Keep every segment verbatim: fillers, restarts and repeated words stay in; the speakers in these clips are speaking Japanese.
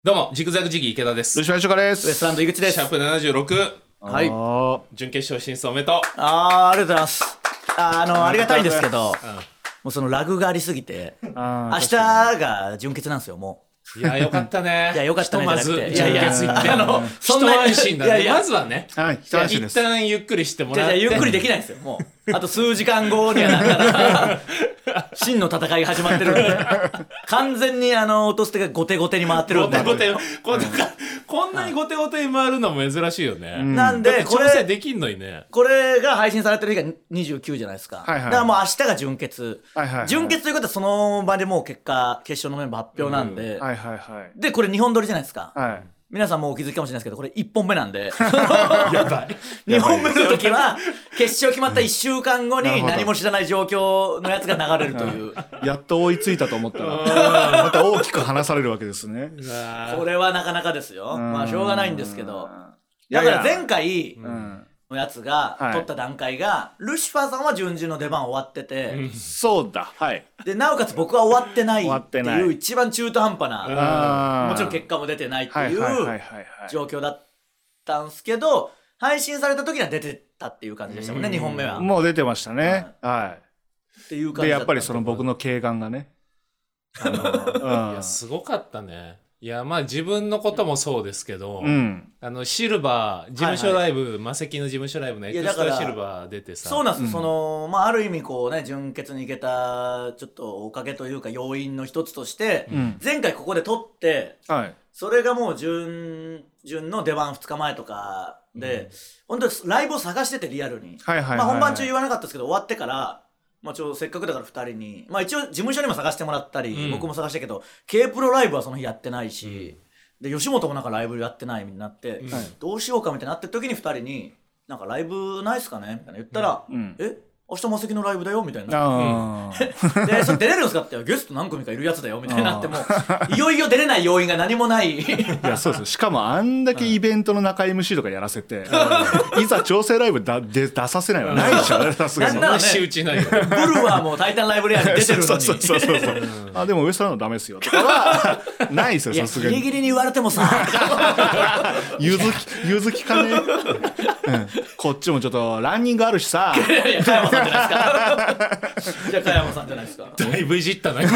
どうもジグザグジギー池田です。 ルシファーショカでウエストランド井口です。 シャープななじゅうろく、 はい。あ準決勝進出おめでとう。 あー、ありがとうございます。あのありがたいんですけど、 うん、 もうそのラグがありすぎて、 あ明日が準決なんですよもいやよかったね。 いやよかったねひとまずじゃなくて準決行って、 あのそんな一安心だね。 いやいやまずはね、 はい、一安心で一す。 旦ゆっくりしてもう。じゃらって。 あじゃあゆっくりできないんですよもう。あと数時間後にはなったら真の戦いが始まってるんで、完全にあの落とす手が後手後手に回ってるんで。 ゴテゴテこんなこんなにゴテゴテに回るのも珍しいよね。 うんなんだってでこれ調整できんのにね。 これが配信されてる日がにじゅうくじゃないですか。 はいはいだからもう明日が準決。 はいはいはい準決ということはその場でもう結果決勝のメンバー発表なんで。 はいはいはい。 でこれにほん撮りじゃないですか。 はい。 皆さんもうお気づきかもしれないですけどこれいっぽんめなんでやばい。 にほんめの時は決勝決まったいっしゅうかんごになるほど何も知らない状況のやつが流れるというやっと追いついたと思ったら、また大きく離されるわけですね。 うわーこれはなかなかですよ。まあしょうがないんですけど、 いやいやだから前回うん。 のやつがはい取った段階がルシファーさんは準々の出番終わってて、 そうだ。はい。 でなおかつ僕は終わってない終わっっててないいう一番中途半端な、 あーもちろん結果も出てないってはいいはいはいはいう状況だったんすけど、配信された時には出てたっていう感じでしたもんね、にほんめは。 はい。もう出てましたね。はっていうい。で、 感じだったやっぱりその僕の軽眼がね。あいのやすごかったね。いやまあ自分のこともそうですけど、 うん。うん。 あのシルバー事務所ライブ、マセキの事務所ライブのエクストラシルバー出てさ、 そうなんですよ、 うんそのまあある意味こうね準決に行けたちょっとおかげというか要因の一つとして、 うん前回ここで撮ってはい。 それがもう準々の出番ふつかまえとかで、本当にライブを探しててリアルに、 はいはいはいはい。 まあ本番中言わなかったですけど終わってからまあ、ちょせっかくだからふたりに、まあ、一応事務所にも探してもらったり、 うん僕も探したけど K プロライブはその日やってないし、で吉本もなんかライブやってないみたいになって、 うんどうしようかみたいになってる時にふたりに「なんかライブないっすかね?」みたいな言ったら「 うんえ明日マセキのライブだよ」みたいな。 ああ。 でそれ出れるんですかってゲスト何組かいるやつだよみたいになってもいよいよ出れない要因が何もないいやそうですよ。しかもあんだけイベントの中 エムシー とかやらせて、いざ調整ライブだで出させないはないでしょね、さすがに。 そんな仕打ちないよ。 ブルはもう「タイタンライブレア」に出てるのにそうそうそうそう。あでもウエストランドダメですよとかはないですよ、 いやさすがに。 ギリギリに言われてもさゆずきゆずきかね、うん。こっちもちょっとランニングあるしさ。 いやいや加山さんじゃないですかじゃあ加山さんじゃないですかだいぶいじったな。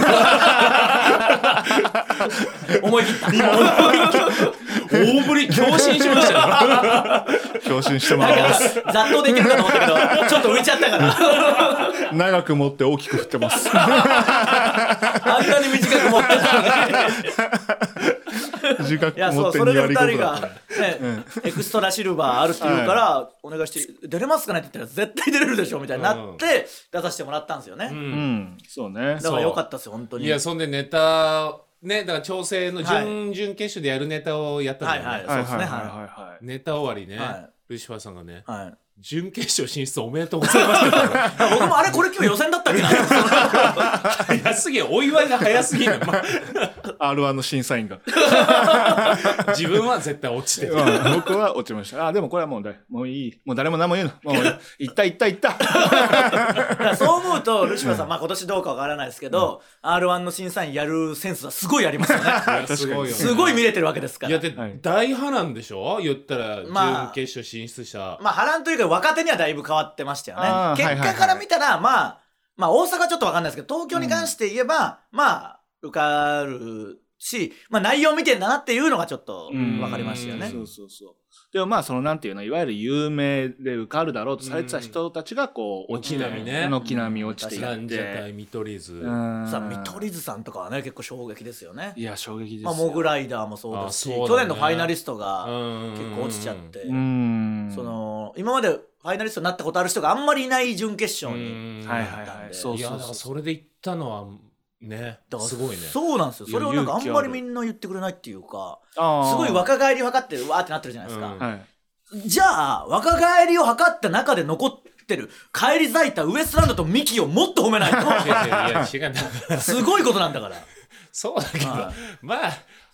思い切った大振り強振しましたよ。 強振してまなんかす。 ざっとできるかと思ったけどちょっと浮いちゃったから長く持って大きく振ってます。 あんなに短く持ってたのに短くいや持ってそうそれでやりふたりが、 ことだ。 ねエクストラシルバーあるって言うからお願いして出れますかねって言ったら絶対出れるでしょみたいになって出させてもらったんですよね、 ううんん、そうね。 だからよかったですよ本当に。 いやそんでネタねだから調整のはい準々決勝でやるネタをやったんだよね。 はいはいはいはいはいそうですねはい。 ネタ終わりね、 はいルシファーさんがね、 はい準決勝進出おめでとうございますって言ったの。 僕もあれこれ今日予選だったっけな早すぎる、お祝いが早すぎる、まアールワン の審査員が。 あ、自分は絶対落ちてる。 うん僕は落ちました。あ、でもこれはもうだい、もういい。もう誰も何も言うの。もう、いったいったいった。 だからそう思うとルシファーさん、まあ今年どうかわからないですけど、アールワン の審査員やるセンスはすごいありますよねいやすごいよね。 すごい見れてるわけですからいやで、 はい大波乱でしょ言ったら、 まあ準決勝進出した。 まあ波乱というか若手にはだいぶ変わってましたよねあー結果から見たら、まあまあ大阪はちょっとわかんないですけど東京に関して言えば、まあ受かるし、まあ内容見てんだなっていうのがちょっとわかりましたよね。 そうそうそう。でもまあそのなんていうの、いわゆる有名で受かるだろうとされてた人たちがこう落ちて、 軒並みね軒並み落ちていランジャタイって。 見取り図。 うんさあ見取り図さんとかはね結構衝撃ですよね。 いや衝撃ですよ。 まあモグライダーもそうですし、 あそうだね去年のファイナリストがうん結構落ちちゃって、 うん。 その今までファイナリストになったことある人があんまりいない準決勝に。 うんはいはいはい。そういやそうそう。 だからそれで行ったのはねだからすごいね。 そうなんですよ。それをなんかあんまりいや勇気あるみんな言ってくれないっていうか、 あーすごい若返り分かってわーってなってるじゃないですか。 うんはい。 じゃあ若返りを図った中で残ってる返り咲いたウエストランドとミキをもっと褒めないいやいやいや違うんだからとすごいことなんだから。 そうだけど、 はまあ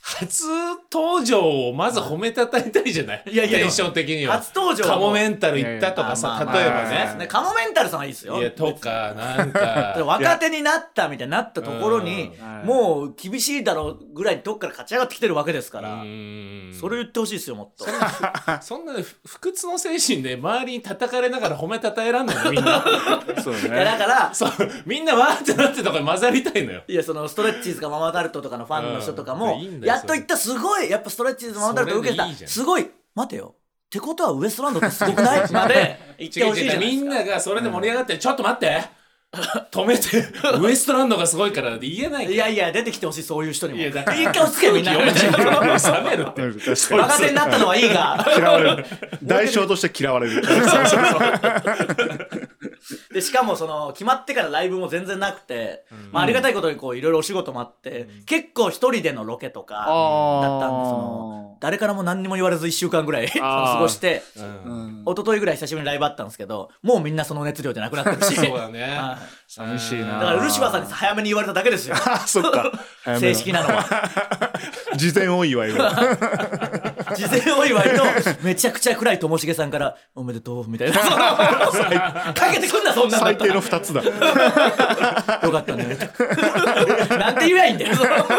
初登場をまず褒めたたえたいじゃない。 いやいやテンション的には初登場カモメンタル行ったとかさ、 まあまあ例えばまあそうですねカモメンタルさんはいいですよ。 いやとかなんか若手になったみたいになったところにもう厳しいだろうぐらいのとこから勝ち上がってきてるわけですから、それ言ってほしいですよもっと。 そんな不屈の精神で周りに叩かれながら褒めたたえらんないのみんな。 そうね。 いやだからそうみんなわーってなってとか混ざりたいのよ。 いやそのストレッチーズかママタルトとかのファンの人とかも、 うんいいんだよやっと言ったすごいやっぱストレッチーズママタルト受けたそれでいいじゃんすごい待てよってことはウエストランドってすごくないまで言ってほしいじゃないですか。 みんながそれで盛り上がって、うん、ちょっと待って止めてウエストランドがすごいからって言えないから。 いやいや出てきてほしいそういう人にも。 いやだから一回落ち着けみんな。冷めるって若手になったのはいいが嫌われる代償として嫌われる。そうそうそうでしかもその決まってからライブも全然なくて、うんまあ、ありがたいことにこういろいろお仕事もあって、うん、結構一人でのロケとかだったんでその誰からも何にも言われずいっしゅうかんぐらい過ごして、うん、一昨日ぐらい久しぶりにライブあったんですけどもうみんなその熱量でなくなってるし。 そうだね寂しいな。 だからルシファーさんに早めに言われただけですよ。 そっか正式なのは事前お祝いを事前お祝いとめちゃくちゃ暗いともしげさんからおめでとうみたいなかけてくんなそんなんだったら最低のふたつだ。よかったねなんて言えばいいんだよ。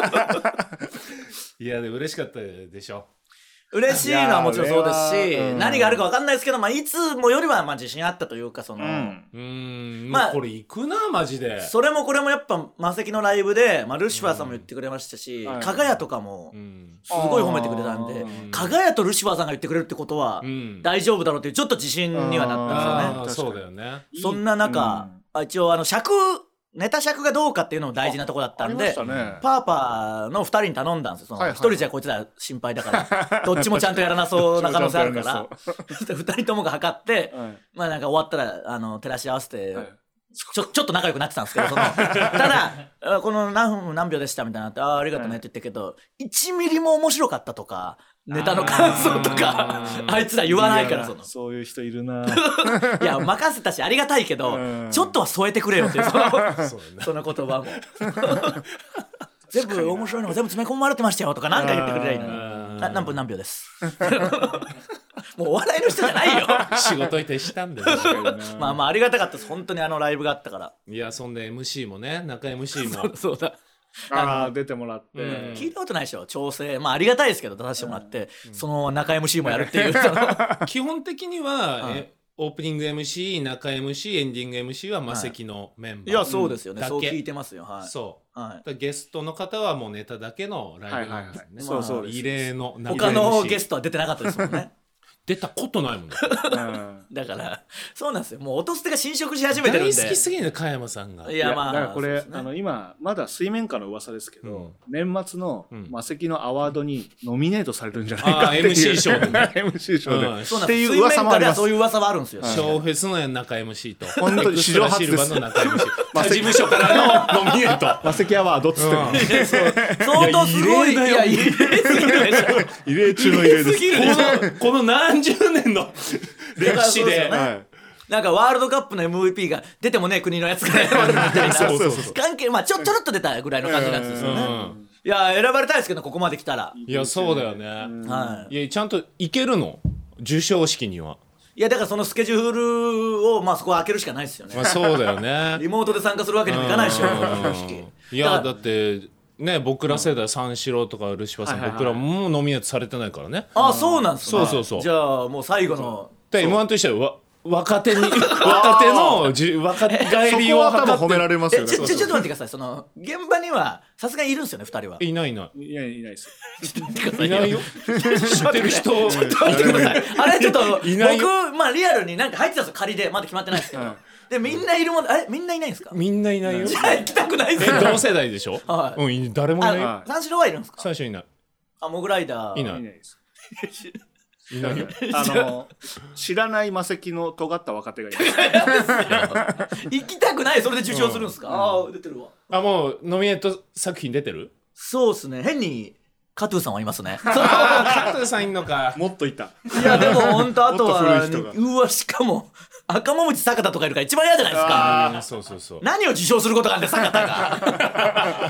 いやで嬉しかったでしょ。 嬉しいのはもちろんそうですし、うん、何があるか分かんないですけど、まあ、いつもよりはまあ自信あったというかその、うん、 うーんまあこれ行くなマジで。 それもこれもやっぱマセキのライブで、まあ、ルシファーさんも言ってくれましたし、うん、かがやとかもすごい褒めてくれたんで、うん、かがやとルシファーさんが言ってくれるってことは大丈夫だろうっていうちょっと自信にはなったんですよね。 そうだよね。 そんな中、うん、一応あの尺ネタ尺がどうかっていうのも大事なとこだったんで、ね、パーパーのふたりに頼んだんですよ。そのひとりじゃこいつら心配だからどっちもちゃんとやらなそうな可能性あるからふたりともが測って、はい、まあなんか終わったらあの照らし合わせて、はい、ちょ, ちょっと仲良くなってたんですけどそのただこの何分何秒でしたみたいなって あ, ありがとうねって言ったけど、はい、いちミリも面白かったとかネタの感想とか あ, あいつら言わないから。そのそういう人いるな。 いや任せたしありがたいけどちょっとは添えてくれよっていうそ の, その言葉も全部面白いのが全部詰め込まれてましたよとか何か言ってくれりゃいいのにな何分何秒ですもうお笑いの人じゃないよ仕事いてしたんだよまあまあありがたかったです本当にあのライブがあったから。 いやそんで エムシー もね中 エムシー もそうそうだああ出てもらって、うん、 聞いたことないでしょ調整。まあありがたいですけど出させてもらって、うん、その中 エムシー もやるっていう基本的には、うん、えオープニング エムシー 中 エムシー エンディング エムシー はマセキのメンバー、 はい、いやそうですよね、うん、そう聞いてますよ。はいそう、 はい、 ゲストの方はもうネタだけのライブなんですね、はいはいはい、 そうそう異例の他のゲストは出てなかったですもんね出たことないもんねだからそうなんですよもう音捨てが侵食し始めてるんで大好きすぎる加山さんが。 いやまあだからこれ、 ね、 あの今まだ水面下の噂ですけど、うん、年末のマセキのアワードにノミネートされるんじゃないかっていう、 うん、エムシー 賞でねエムシー 賞で、うん、 そうなんっていう噂もあります。そういう噂はあるんですよ。 ショーフェスの中 エムシー と本当に史上初です。 の中 エムシー 他事務所からのノミネートマセキアワードっつって、うん、 相当すごい。いや異例すぎるでしょ異例中の異例ですこの、この何十年の歴史で、 ね、なんかワールドカップの エムブイピー が出てもね国のやつが選ばれるみたいなそうそうそう関係まあちょちょろっと出たぐらいの感じなんですよね、うん、いや選ばれたいですけどここまで来たら。 いやそうだよね、はい、いやちゃんといけるの授賞式には。 いやだからそのスケジュールをまあそこは開けるしかないですよね、 まあ、そうだよねリモートで参加するわけにもいかないでしょいやだってね、僕ら世代、三四郎とかルシファーさん、はいはいはい、僕らもうノミネートされてないからね。 あ、そうなんですか、 ね、そうそうそう。 じゃあもう最後ので エムワン としてはわ若手に若手のじ若返りを図って。 そこは多分褒められますよね。 ちょちょちょっと待ってください。その現場にはさすがにいるんですよね、二人は。 いないいない。 いやいないです。 いないよ。知ってる人。ちょっと待ってください。 あれちょっと僕まあリアルになんか入ってたんですよ、仮でまだ決まってないですけど。でみんないるもん、あれみんないないんですか。 みんないないよ。 じゃあ行きたくないですよ。 同世代でしょ。 はい。 うん、誰もいないよ。 三四郎はいるんですか。 三四郎いない。 あ、モグライダーいない。いないです。いないよ。 あの知らないマセキの尖った若手がいます行きたくない。それで受賞するんですか。ああ出てるわ。 あ、もうノミネート作品出てる。 そうですね。変にカトゥーさんはいますね。 カトゥーさんいんのか。 もっといた。 いやでも本当あとはうわしかも赤もみち坂田とかいるから一番嫌じゃないですか。 そうそうそう。 何を受賞することがあるんで坂田が。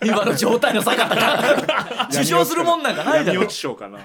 今の状態の坂田が受賞するもんなんかないだろ。 闇落ち賞かな。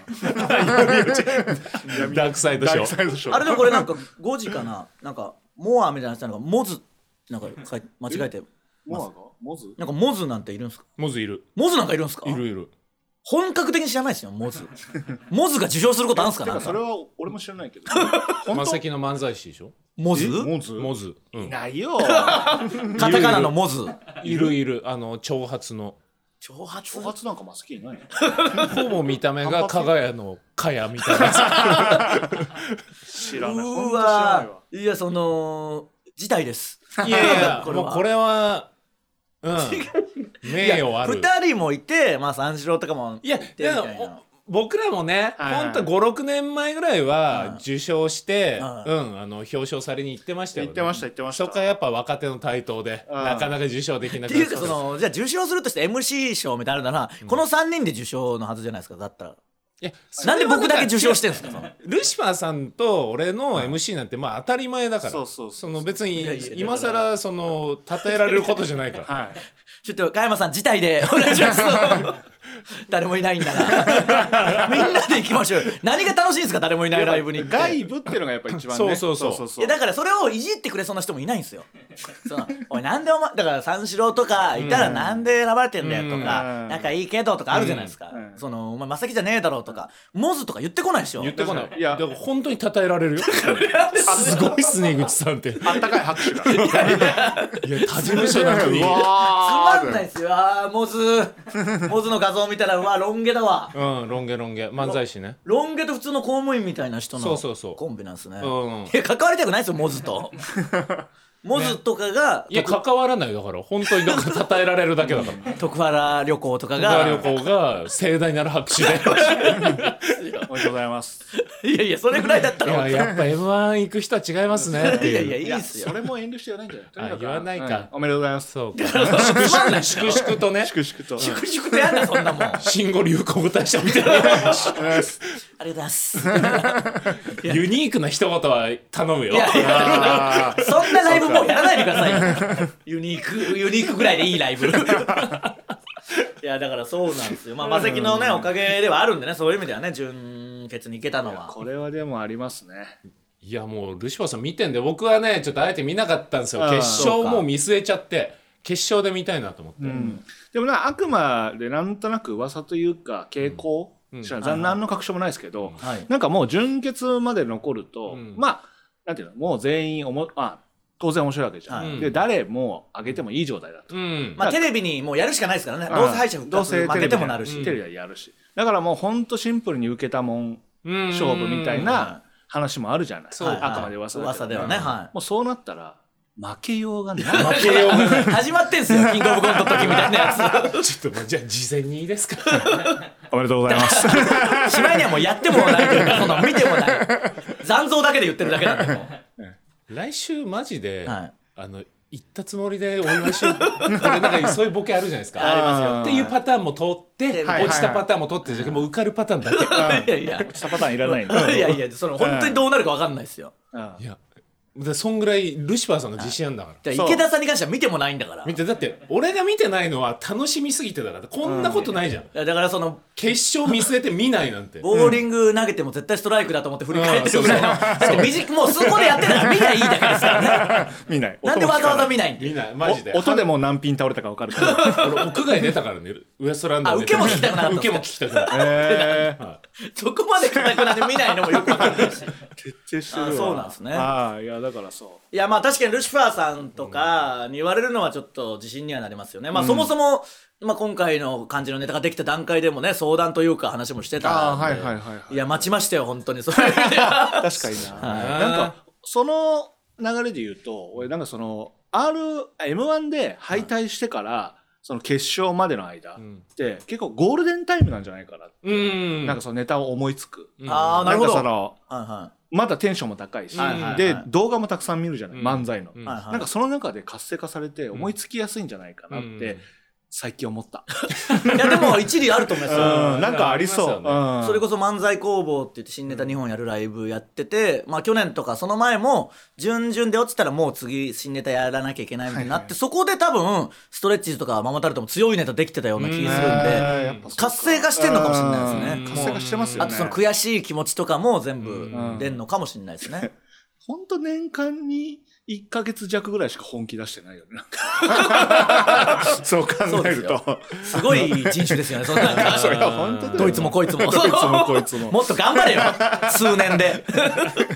ダークサイド賞。 あれでもこれなんかごじかな、なんかモアみたいな人なんかモズなんか間違えてモアがモズなんかモズなんているんですか。 モズいる。 モズなんかいるんですか。 いるいる。 本格的に知らないですよモズ。モズが受賞することあるんですか。なんかそれは俺も知らないけど。 マセキの漫才師でしょ。 モズモズモズ、 うん、いないよ。 カタカナのモズいるいる。あの長髪の長髪長髪なんかマセキいないほぼ見た目が加賀屋のカヤみたいな知らない。 うわいやその事態です。 いやいやもうこれはうん名誉ある。 ふたりもいてまあ三四郎とかもいやでも僕らもね、はいはい、ほんとごろくねんまえぐらいは受賞して、うん、うん、あの表彰されに行ってましたよね。 行ってました行ってました。 そこからやっぱ若手の台頭でなかなか受賞できなくなった。 っていうかそのじゃあ受賞するとして エムシー 賞みたいなのなら、うん、このさんにんで受賞のはずじゃないですか。だったら。いやなんで僕だけ受賞してるんですか。 ルシファーさんと俺の エムシー なんてまあ当たり前だから、そうそうその別に今更その称えられることじゃないから、はい、 ちょっと加山さん辞退でお願いします誰もいないんだなみんなで行きましょう。何が楽しいんですか誰もいないライブに。 外部っていうのがやっぱ一番ね。 そうそうそうそう。 いやだからそれをいじってくれそうな人もいないんですよ。そのおいなんでお前だから三四郎とかいたらなんで選ばれてんだよとか仲いいけどとかあるじゃないですか。そのお前まさきじゃねえだろうとかモズとか言ってこないでしょ。 言ってこない。いやでも本当に称えられるよすごいっすね井口さんって。 あったかい拍手が。いや他事務所なのにつまんないですよ。あモズモズの画像見たらうわロン毛だわ。 うんロン毛ロン毛漫才師ね。 ロン毛と普通の公務員みたいな人のそうそうそうコンビなんですね。 うん、 いや関わりたくないですよモズとモズとかが、ね、 いや関わらないだから本当にだから称えられるだけだから徳原旅行とかが徳原旅行が盛大なる拍手でおめでとうございます。 いやいやそれぐらいだったらいややっぱ エムワン 行く人は違いますねっていう。 いやいやいいっすよ。 それも遠慮して言わないんじゃない。 あ言わないか、 うん、おめでとうございます。 そうか粛々とね粛々と粛々とやんなそんなもん新語・流行語大賞みたいなありがとうございますユニークな一言は頼むよ。 いやいやそんなライブもうやらないでくださいよユニークユニークぐらいでいいライブいやだからそうなんですよ。まあマセキのねおかげではあるんでね、そういう意味ではね準決に行けたのはこれはでもありますね。 いやもうルシファーさん見てんで僕はねちょっとあえて見なかったんですよ。決勝もう見据えちゃって決勝で見たいなと思って、うん、 でもなあくまでなんとなく噂というか傾向、うんうん、何の確証もないですけど、はい、なんかもう準決まで残ると、うん、まあなんていうのもう全員おもあ当然面白いわけじゃん、はい、で誰も上げてもいい状態だと、うん、 まあテレビにもうやるしかないですからね、うん、どうせ敗者復活負けてもなるし、 テレビはやるし、だからもうほんとシンプルに受けたもん勝負みたいな話もあるじゃない、はい、あくまで噂だけど、 噂ではね、はい、 もうそうなったら負けようがない負けようがない始まってんすよキングオブコントの時みたいなやつちょっとじゃあ事前にいいですかおめでとうございますしまいにはもうやってもないというかその見てもない残像だけで言ってるだけなんでもう来週マジで、はい、あの行ったつもりでお祝いしようこれなんかそういうボケあるじゃないですかありますよっていうパターンも通って落ちたパターンも通ってもう受かるパターンだけいやいや落ちたパターンいらないんだいやいやその本当にどうなるか分かんないですよいやでそんぐらいルシファーさんが自信あるんだから、 池田さんに関しては見てもないんだから見てだって俺が見てないのは楽しみすぎてだからこんなことないじゃん、 うん、だからその決勝見据えて見ないなんてボーリング投げても絶対ストライクだと思って振り返ってるぐらいの、うん、だって短もうそこでやってたら見ないいいだけですからね見ないなんでわざわざ見ないんで見ないマジで音でもう何ピン倒れたか分かるから俺屋外出たからねウエストランドであ受けも聞きたくなかった受けも聞きたくなった、 えーはい、そこまで硬くなって見ないのもよく分かんないし徹底してるわ。 あそうなんですね。 ああいやだからそういやまあ確かにルシファーさんとかに言われるのはちょっと自信にはなりますよね、まあ、そもそも、まあ、今回の感じのネタができた段階でもね相談というか話もしてたんで、 はいはいはいはい、 いや待ちましたよ本当にそれ確かにな、はい、なんかその流れで言うと俺なんかその Rエムワン で敗退してから、はいその決勝までの間って結構ゴールデンタイムなんじゃないかなって、うん、なんかそのネタを思いつく、 うん、ああなるほどなんかその、はいはい、まだテンションも高いし、はいはいはい、で動画もたくさん見るじゃない、うん、漫才の、うん、なんかその中で活性化されて思いつきやすいんじゃないかなって最近思った。 いやでも一理あると思いますよ、 うん、なんかありそう、ね、 うん、それこそ漫才工房って言って新ネタにほんやるライブやってて、まあ去年とかその前も準々で落ちたらもう次新ネタやらなきゃいけないみたいになって、はいはい、そこで多分ストレッチーズとかママタルトも強いネタできてたような気がするんで、活性化してんのかもしれないですね。 活性化してますよね。 あとその悔しい気持ちとかも全部出んのかもしれないですね。 ほんと年間にいっかげつ弱ぐらいしか本気出してないよね。そう考えるとす, すごい人種ですよね。そんなんかそれは本当だよね。 どいつもこいつもどいつもこいつももっと頑張れよ数年で。 なかなか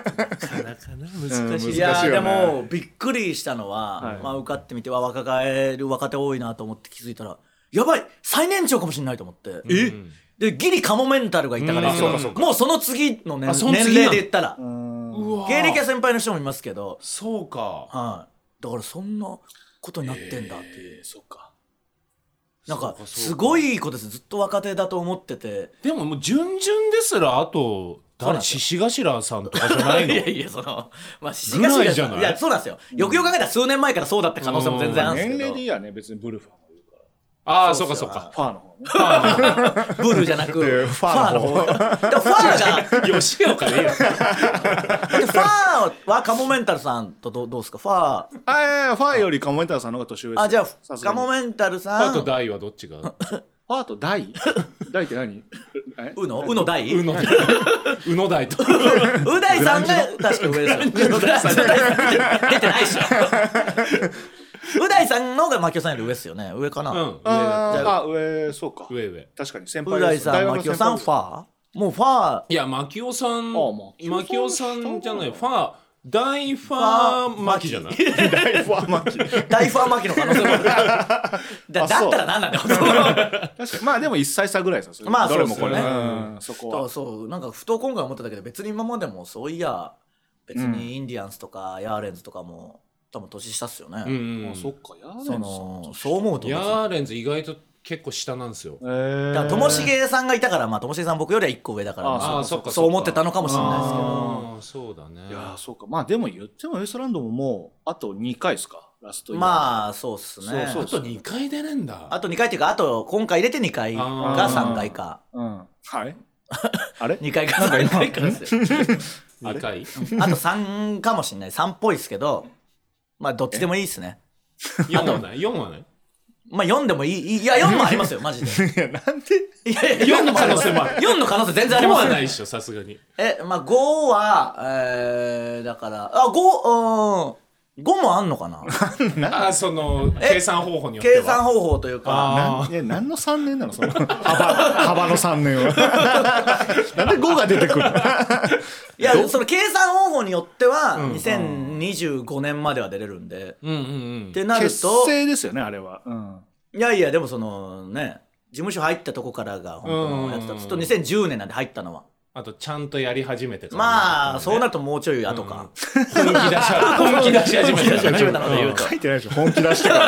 難しい、うん、 いやでもびっくりしたのは、はい、まあ、受かってみては若返る若手多いなと思って気づいたらやばい最年長かもしれないと思って、 え、うん、 でギリカモメンタルがいたからですよ、うん、もうその次の、ね、年齢で言ったら芸歴は先輩の人もいますけど、 そうか、 はい、だからそんなことになってんだっていう、えー、 そうか、 なんかすごいことです。ずっと若手だと思ってて、 でももう準々ですらあと誰獅子頭さんとかじゃないの？ いやいやそのまあ獅子頭じゃない。いやそうなんですよ。よくよく考えたら数年前からそうだった可能性も全然あるんですけど。 年齢でいいやね、別にブルファーもいるから。 ああそうかそうか。 ファーの方ね。 ブルじゃなくファーの方。 ファーが吉岡でいいよ。 ファーはカモメンタルさんとどうどうですか？ファー。 あいやいやファーよりカモメンタルさんの方が年上です。 あじゃあカモメンタルさん。 ファーとダイはどっちが？ ファーとダイ？ダイって何？ うの？うのダイ？ うのうのダイと。 う大さんが確か上ですよ。う大さん出てないっしょ。う大さんの方がマキオさんより上ですよね。上かな。 うん。上あ上そうか。 上上。 確かに先輩。 う大さんマキオさんファー？もうファー。 いやマキオさんマキオさんじゃないファー。大ファーマキじゃない？ 大ファーマキ。 大ファーマキの可能性もある。だ, だったら何なんだよ。 確かにまあでもいっさい差ぐらいですよ。 まあそうですよね。 うん、そこは。 そうなんかふと今回思っただけで別に今までもそういや別にインディアンスとかヤーレンズとかも多分年下っすよね。 うんうん、 あそっかヤーレンズそのそう思うとヤーレンズ意外と結構下なんですよ。 だからともしげさんがいたからまあともしげさん僕よりはいっこ上だからああそうかそう思ってたのかもしれないですけど。 ああそうだね。 いやそうかまあでも言ってもウエストランドももうあとにかいですかラストイヤー。 まあそうっすね。そうそうそうあとにかい出れんだ。 あとにかいっていうかあと今回入れてにかいかさんかいか。 うんはいあれにかいかさんかいかですよ。 にかいあとさんかもしれないさんっぽいですけどまあどっちでもいいですね。 よんはないよんはないまあよんでもいいいやよんもありますよマジで。 いやなんでいやいやよんの可能性もある。よんの可能性全然ありますよ。 ごはないっしょさすがに。 えまあごはえー、だからあごうんごもあんのかな。 あその計算方法によっては計算方法というかいや何のさんねんなのその幅幅のさんねんは。なんでごが出てくる。 いやその計算方法によってはにせんにじゅうごねんまでは出れるんで、 うんうんうん、 ってなると結成ですよねあれは、うん、 いやいやでもそのね事務所入ったとこからが本当のやつだとずっとにせんじゅうねんなんで入ったのはあとちゃんとやり始めてから、 ね、まあそうなるともうちょい後か、 うん、本気出し本気出し始めたので言うと書いてないでしょ本気出してから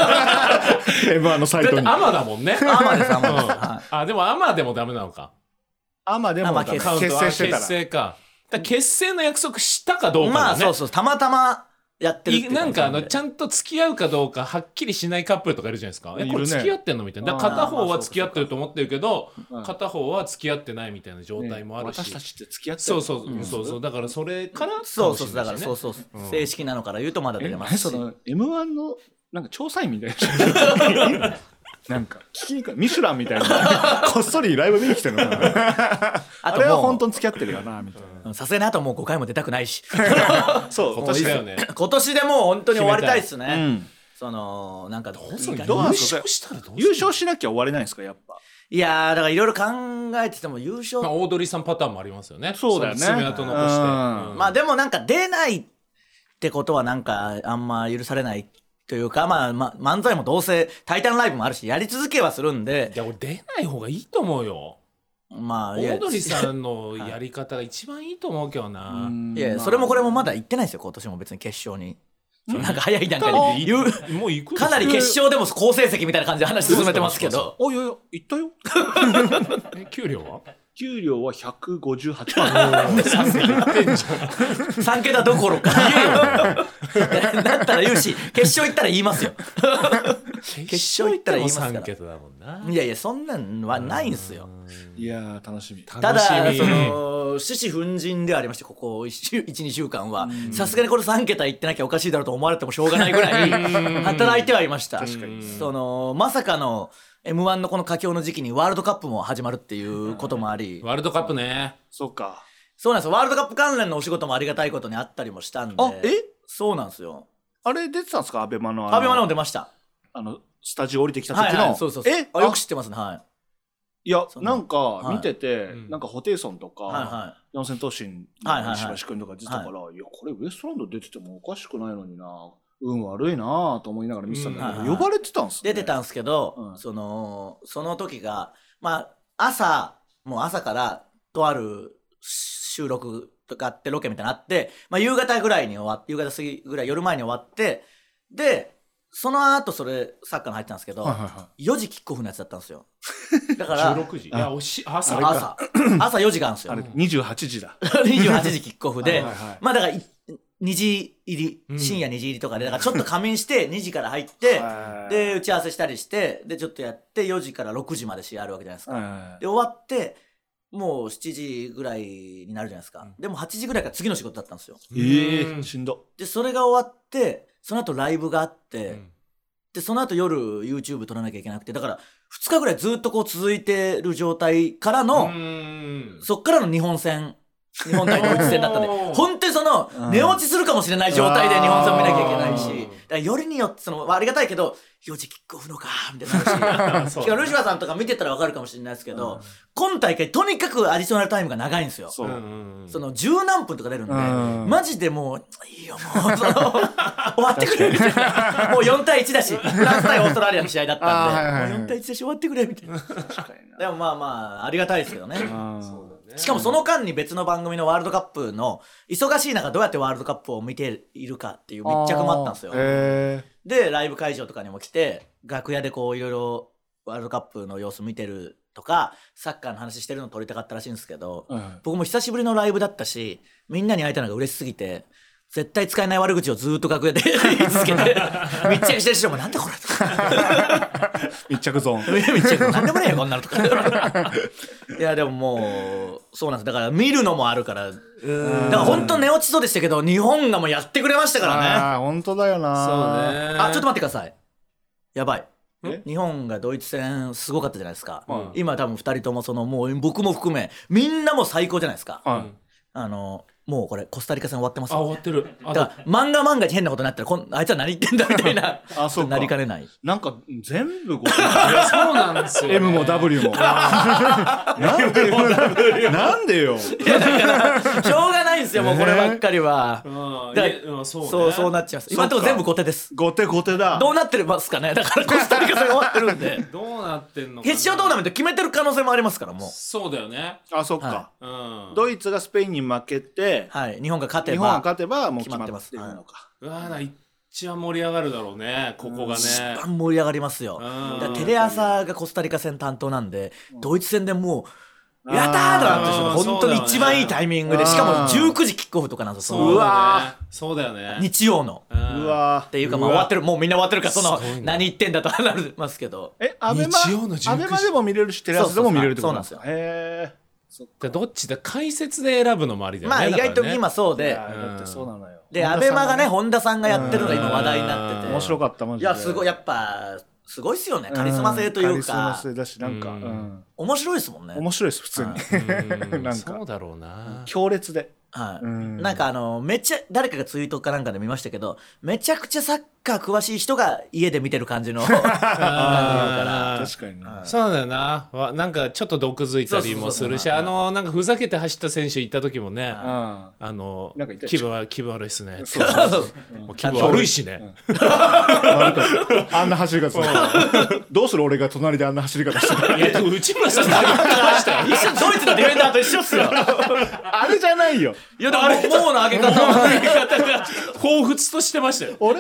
エムワン のサイトにだってアマだもんね。 アマですアマです、うんはい、あでもアマでもダメなのか。 アマでもダメ結成してたら結成かだ結成の約束したかどうか、ね、 まあそうそうたまたまやってるってなんかあのちゃんと付き合うかどうかはっきりしないカップルとかいるじゃないですか。えこれ付き合ってんのみたいな。だから片方は付き合ってると思ってるけど片方は付き合ってないみたいな状態もあるし、 ね、私たちって付き合ってるそうそう、うん、そうそうだからそれからそうそうだからそうそう、うん、正式なのから言うとまだ出れますし、 その エムワン のなんか調査員みたいななんか聞きにくいミシュランみたいなこっそりライブ見に来てるのかな。あれは本当に付き合ってるよなみたいな。 さすがにあともうごかいも出たくないしそう今年だよね。 今年でもう本当に終わりたいっすね、うん、そのなんかどうする優勝したらどうする優勝しなきゃ終われないんですかやっぱ。 いやーだからいろいろ考えてても優勝、 まあ、オードリーさんパターンもありますよね。 そうだよね爪痕残して、うん、 まあでもなんか出ないってことはなんかあんま許されないというか、まあ、まあ、漫才もどうせタイタンライブもあるしやり続けはするんで。 いや俺出ない方がいいと思うよ。 まあオードリーさんのやり方が一番いいと思うけどな。 いやそれもこれもまだ行ってないですよ今年も別に決勝に。なんか早い段階で言うもう行くかなり決勝でも好成績みたいな感じで話進めてますけど。 あいやいや行ったよ。 え給料は給料はひゃくごじゅうはちまんさんけた言ってんじゃんさんけたどころか言えよだったら言うし決勝行ったら言いますよ決勝行ったら言いますからさんけただもんな。 いやいやそんなんはないんすよ。 いや楽しみ。 ただその獅子奮迅ではありましてここ いちにしゅうかんはさすがにこれさんけた行ってなきゃおかしいだろうと思われてもしょうがないぐらい働いてはいました。 確かにそのまさかのエムワン のこの佳境の時期にワールドカップも始まるっていうこともあり、 ワールドカップね。 そうか。 そうなんですよ。ワールドカップ関連のお仕事もありがたいことにあったりもしたんで。 あえそうなんですよ。 あれ出てたんですかアベマのアベマのも出ました。 あのスタジオ降りてきた時の、 はいはい、そうそうそう。えあよく知ってますね。はいいやなんか見てて、 はい、 なんかホテイソンとか、はいはい、四千頭身の石橋君とか出てたから、はいはいはい、いやこれウエストランド出ててもおかしくないのにな運悪いなと思いながら見てたんだけど、うんはいはい、呼ばれてたんすね。 出てたんすけど、うん、そのその時がまあ朝もう朝からとある収録とかあってロケみたいなのあって、まあ、夕方ぐらいに終わって夕方過ぎぐらい夜前に終わってでその後それサッカーの入ってたんですけど、はいはいはい、よじキックオフのやつだったんですよ。だからじゅうろくじいやおし朝朝朝よじがあるんですよ。 あれにじゅうはちじだにじゅうはちじキックオフではいはい、はい、まあだからにじ入り深夜にじ入りとかでだからちょっと仮眠してにじから入ってで打ち合わせしたりしてでちょっとやってよじからろくじまで試合あるわけじゃないですか。で終わってもうしちじぐらいになるじゃないですか。でもはちじぐらいから次の仕事だったんですよ。 えー、しんど。 でそれが終わってその後ライブがあって、うん、でその後夜 YouTube 撮らなきゃいけなくてだからふつかぐらいずっとこう続いてる状態からのそっからの日本戦日本対ドイツ戦だったんで本当にその寝落ちするかもしれない状態で日本戦を見なきゃいけないしだからよりによってそのありがたいけどよじキックオフのかみたいな話しかもルシファーさんとか見てたら分かるかもしれないですけど、うん、今大会とにかくアディショナルタイムが長いんですよ。そ, その十何分とか出るんでマジでもういいよもうその終わってくれみたいなもうよんたいいちだしフランス対オーストラリアの試合だったんではいはい、もうよんたいいちだし終わってくれみたいなでもまあまあありがたいですけどね。しかもその間に別の番組のワールドカップの忙しい中どうやってワールドカップを見ているかっていう密着もあったんですよ。でライブ会場とかにも来て楽屋でこういろいろワールドカップの様子見てるとかサッカーの話してるの撮りたかったらしいんですけど、うん、僕も久しぶりのライブだったしみんなに会えたのが嬉しすぎて絶対使えない悪口をずっと楽屋で言い続けて密着してる人もなんでこれとか密着ゾーン密着なんでもねえよこんなのとかいやでももうそうなんですだから見るのもあるからだから本当寝落ちそうでしたけど日本がもうやってくれましたからね。 ああ本当だよな。 そうね。あちょっと待ってくださいやばい日本がドイツ戦すごかったじゃないですか、うん、今多分ふたりともそのもう僕も含めみんなも最高じゃないですか、うん、あのもうこれコスタリカ戦終わってますよ、 ね、あ終わってるだから漫画漫画に変なことになったらこんあいつは何言ってんだみたいなあそうなりかねないなんか全部ごいやそうなんですよ、ね、 M も W もなんでよなんでよいやだからしょうがないんですよもうこればっかりは、えー、 だから、そうね、そうそうなっちゃいます今のところ全部後手です後手後手だどうなってますかねだからコスタリカ戦終わってるんでどうなってんのかな決勝トーナメント決めてる可能性もありますからもうそうだよねあそっか、 はいうん、 ドイツがスペインに負けて、 はい、日本が勝てば日本が勝てばもう決まってますっていうのか、 うわー一番盛り上がるだろうねここがね一番盛り上がりますよだテレ朝がコスタリカ戦担当なんでドイツ戦でもうやったーとなってしまう本当に一番いいタイミングでしかもじゅうくじキックオフとかなんですよ。 うわーそうだよね日曜のうわっていうかまあ終わってるもうみんな終わってるからその何言ってんだとなりますけどえアベマアベマでも見れるしテレ朝でも見れるってことなんですよ。へーどっちだ解説で選ぶのもありだよね。 まあ意外と今そうで、 だってそうなのよ。 でアベマがね本田さんがやってるのが今話題になってて、 面白かったマジで。 いやすごいやっぱすごいっすよねカリスマ性というか。カリスマ性だしなんか面白いですもんね。 面白いです普通に。なんかそうだろうな。 強烈で。 はい、なんかあのめっちゃ誰かがツイートかなんかで見ましたけどめちゃくちゃサッカー詳しい人が家で見てる感じのあ確かになそうだよななんかちょっと毒づいたりもするしあのなんかふざけて走った選手行った時もねあの気分は気分悪いっすねそうそうそう気分悪いしね、うん、 あんな走り方どうする俺が隣であんな走り方してたいや内村さん投げましたよ一緒ドイツのディフェンダーと一緒っすよあれじゃないよいやでももうの上げ方の上げ方が彷彿としてましたよ俺はたけ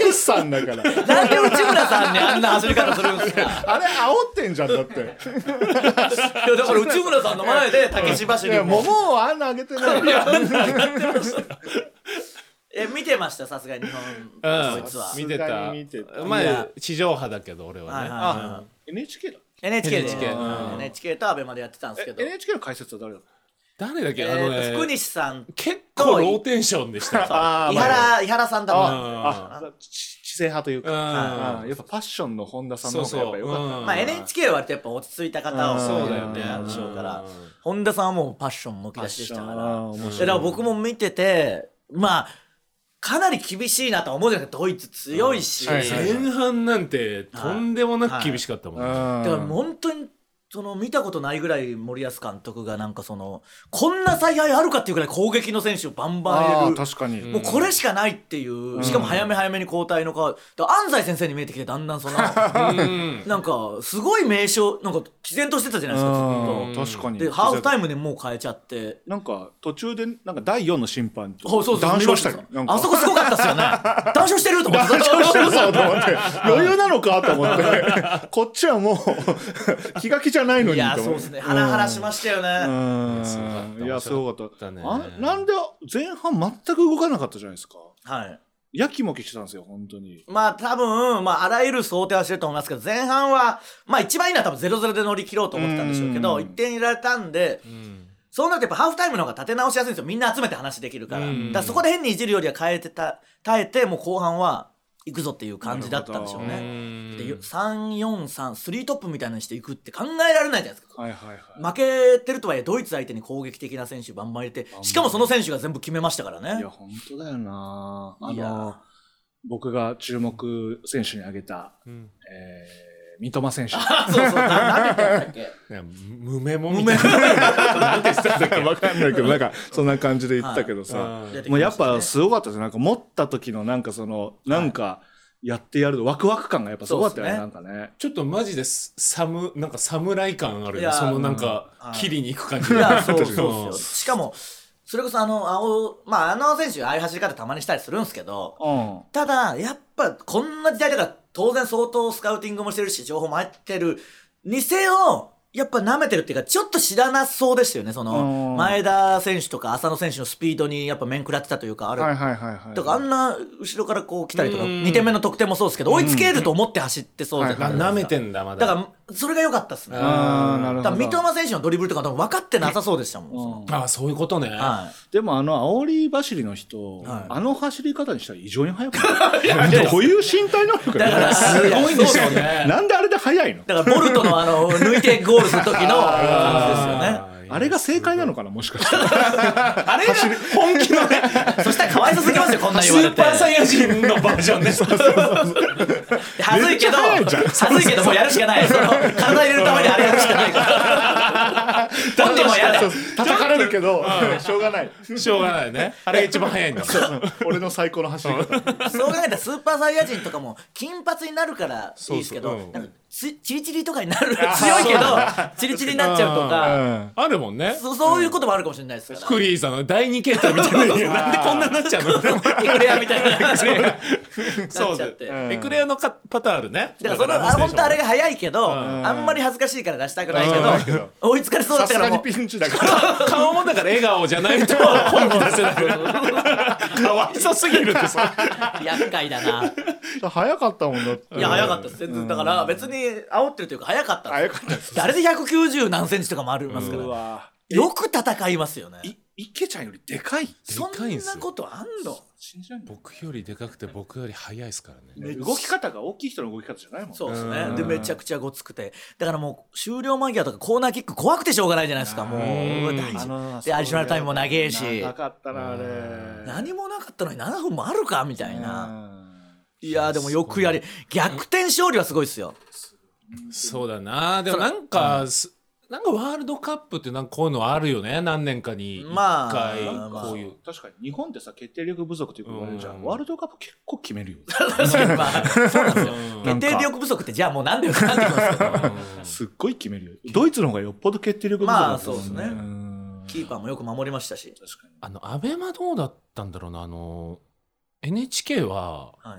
西さんだから。 なんで内村さんにあんな走り方するんですか。 あれ煽ってんじゃんだって。いやだから内村さんの前でたけし走りも。桃をあんなあげてない。いやあんなあげてました。 え見てましたさすがに日本こいつは。 見てた。見てた。前地上波だけど俺はね。はいはいはい、エヌエイチケー だ。 エヌエイチケー で エヌエイチケー とアベマでやってたんですけど。 エヌエイチケー の解説は誰だった？ 誰だっけ、 えー、あのね、福西さん結構ローテンションでした。 井原井原さんだもん。 ああ知性派というか、やっぱパッションの本田さんの方がやっぱ良かった。 まあ エヌエイチケー は割とやっぱ落ち着いた方をそうだよねでしょうから、本田さんはもうパッションむき出しでしたから。だから僕も見ててまあかなり厳しいなと思うじゃないですか。ドイツ強いし、 前半なんてとんでもなく厳しかったもんね。 だから本当にその見たことないぐらい森保監督がなんかそのこんな采配あるかっていうぐらい攻撃の選手をバンバン入れる。 確かにもうこれしかないっていう、しかも早め早めに交代のか安西先生に見えてきてだんだんそのなんかすごい名称なんか毅然としてたじゃないですか。 確かにでハーフタイムでもう変えちゃってなんか途中でなんかだいよんの審判と談笑したりあそこすごかったっすよね。談笑してると思って談笑してるぞと思って余裕なのかと思ってこっちはもう気が気じゃないのに。 いやそうですね。ハラハラしましたよね。いやすごかった。あなんで前半全く動かなかったじゃないですか。 はい。 やきもきしてたんですよ本当に。 まあ多分まああらゆる想定はしてると思いますけど前半はまあ一番いいのは多分 ゼロゼロ で乗り切ろうと思ってたんでしょうけどいってん入れられたんで。そうなるとやっぱハーフタイムの方が立て直しやすいんですよ。みんな集めて話できるから。だからそこで変にいじるよりは変えてた耐えてもう後半は行くぞっていう感じだったんでしょうね。でさんよんさんスリートップみたいなにしていくって考えられないじゃないですか。 はいはいはい、 負けてるとはいえドイツ相手に攻撃的な選手バンバン入れてしかもその選手が全部決めましたからね。 いや本当だよな。あの僕が注目選手に挙げた、うんえー、三笘選手。 そうそう何て言ったっけ無名もみたいな何て言ったっけ分かんないけどなんかそんな感じで言ったけどさ、はい、もうやっぱすごかったです。なんか持った時のなんかそのなんか、はいやってやるワクワク感がやっぱすごかったよね。なんかねちょっとマジでサムなんか侍感あるよ。そのなんか切りに行く感じ。 いやそうそうそうしかもそれこそあの青まああの選手ああいう走り方たまにしたりするんですけど、うん、ただやっぱこんな時代だから当然相当スカウティングもしてるし情報も入ってるにせよやっぱ舐めてるっていうかちょっと知らなそうでしたよね。その前田選手とか浅野選手のスピードにやっぱ面食らってたというかあれだからあんな後ろからこう来たりとかにてんめの得点もそうですけど追いつけると思って走ってそうじゃないですか。 舐めてんだまだ。 だからそれが良かったっすね。あなるほど。だから三笘選手のドリブルとか多分分かってなさそうでしたもん。 ああそういうことね。 はい、 でもあの煽り走りの人、はい、あの走り方にしたら異常に速くないどういう身体能力だからすごいんでしょうね。 なんであれで速いの。 だからボルトのあの抜いてゴールする時の感じですよね。 あれが正解なのかなもしかしてあれが本気のねそしたらかわいそうすぎますよこんな言われて。 スーパーサイヤ人のバージョンねそうそうそうはずいけどはずいけどもうやるしかない。その体入れるためにあれやるしかないから本人もやだ叩かれるけどしょうがないしょうがないね。あれが一番早いんだ俺の最高の走り方そう考えたらスーパーサイヤ人とかも金髪になるからいいですけどなんかチリチリとかになる強いけどチリチリになっちゃうとかあるもんね。 そ, そういうこともあるかもしれないですから。 フリーザのだいに形態みたいななんでこんなになっちゃうのエクレアみたいなそうだエクレアのパターンあるね。 だからそのあ本当あれが早いけどあんまり恥ずかしいから出したくないけど追いつかれそうだったからもうさすがにピンチだから顔もだから笑顔じゃないと本気出せないかわいそうすぎるってさ厄介だな。 早かったもんだって。 いや早かったです全然。だから別に煽ってるというか早かったんですよ。あれでひゃくきゅうじゅう何センチとかもありますからよく戦いますよね。 池ちゃんよりでかい。 そんなことあんの。 僕よりでかくて僕より速いですからね。 動き方が大きい人の動き方じゃないもん。 そうですね。でめちゃくちゃごつくてだからもう終了間際とかコーナーキック怖くてしょうがないじゃないですか。もう大事でアディショナルタイムも長えしなかったなあれ何もなかったのにななふんもあるかみたいな。いやでもよくやり逆転勝利はすごいですよ。 そうだな。でもなんかなんかワールドカップってなんかこういうのあるよね。何年かにいっかい、まあ、こういう確かに日本ってさ決定力不足って言われるじゃん、うん、ワールドカップ結構決めるよ確かにまあそうなんですよ決定力不足ってじゃあもうなんでよってなってきますけどすっごい決めるよ。ドイツの方がよっぽど決定力不足だった、 まあそうですね。キーパーもよく守りましたし。 確かにあのアベマどうだったんだろうな。あの エヌエイチケー は、はい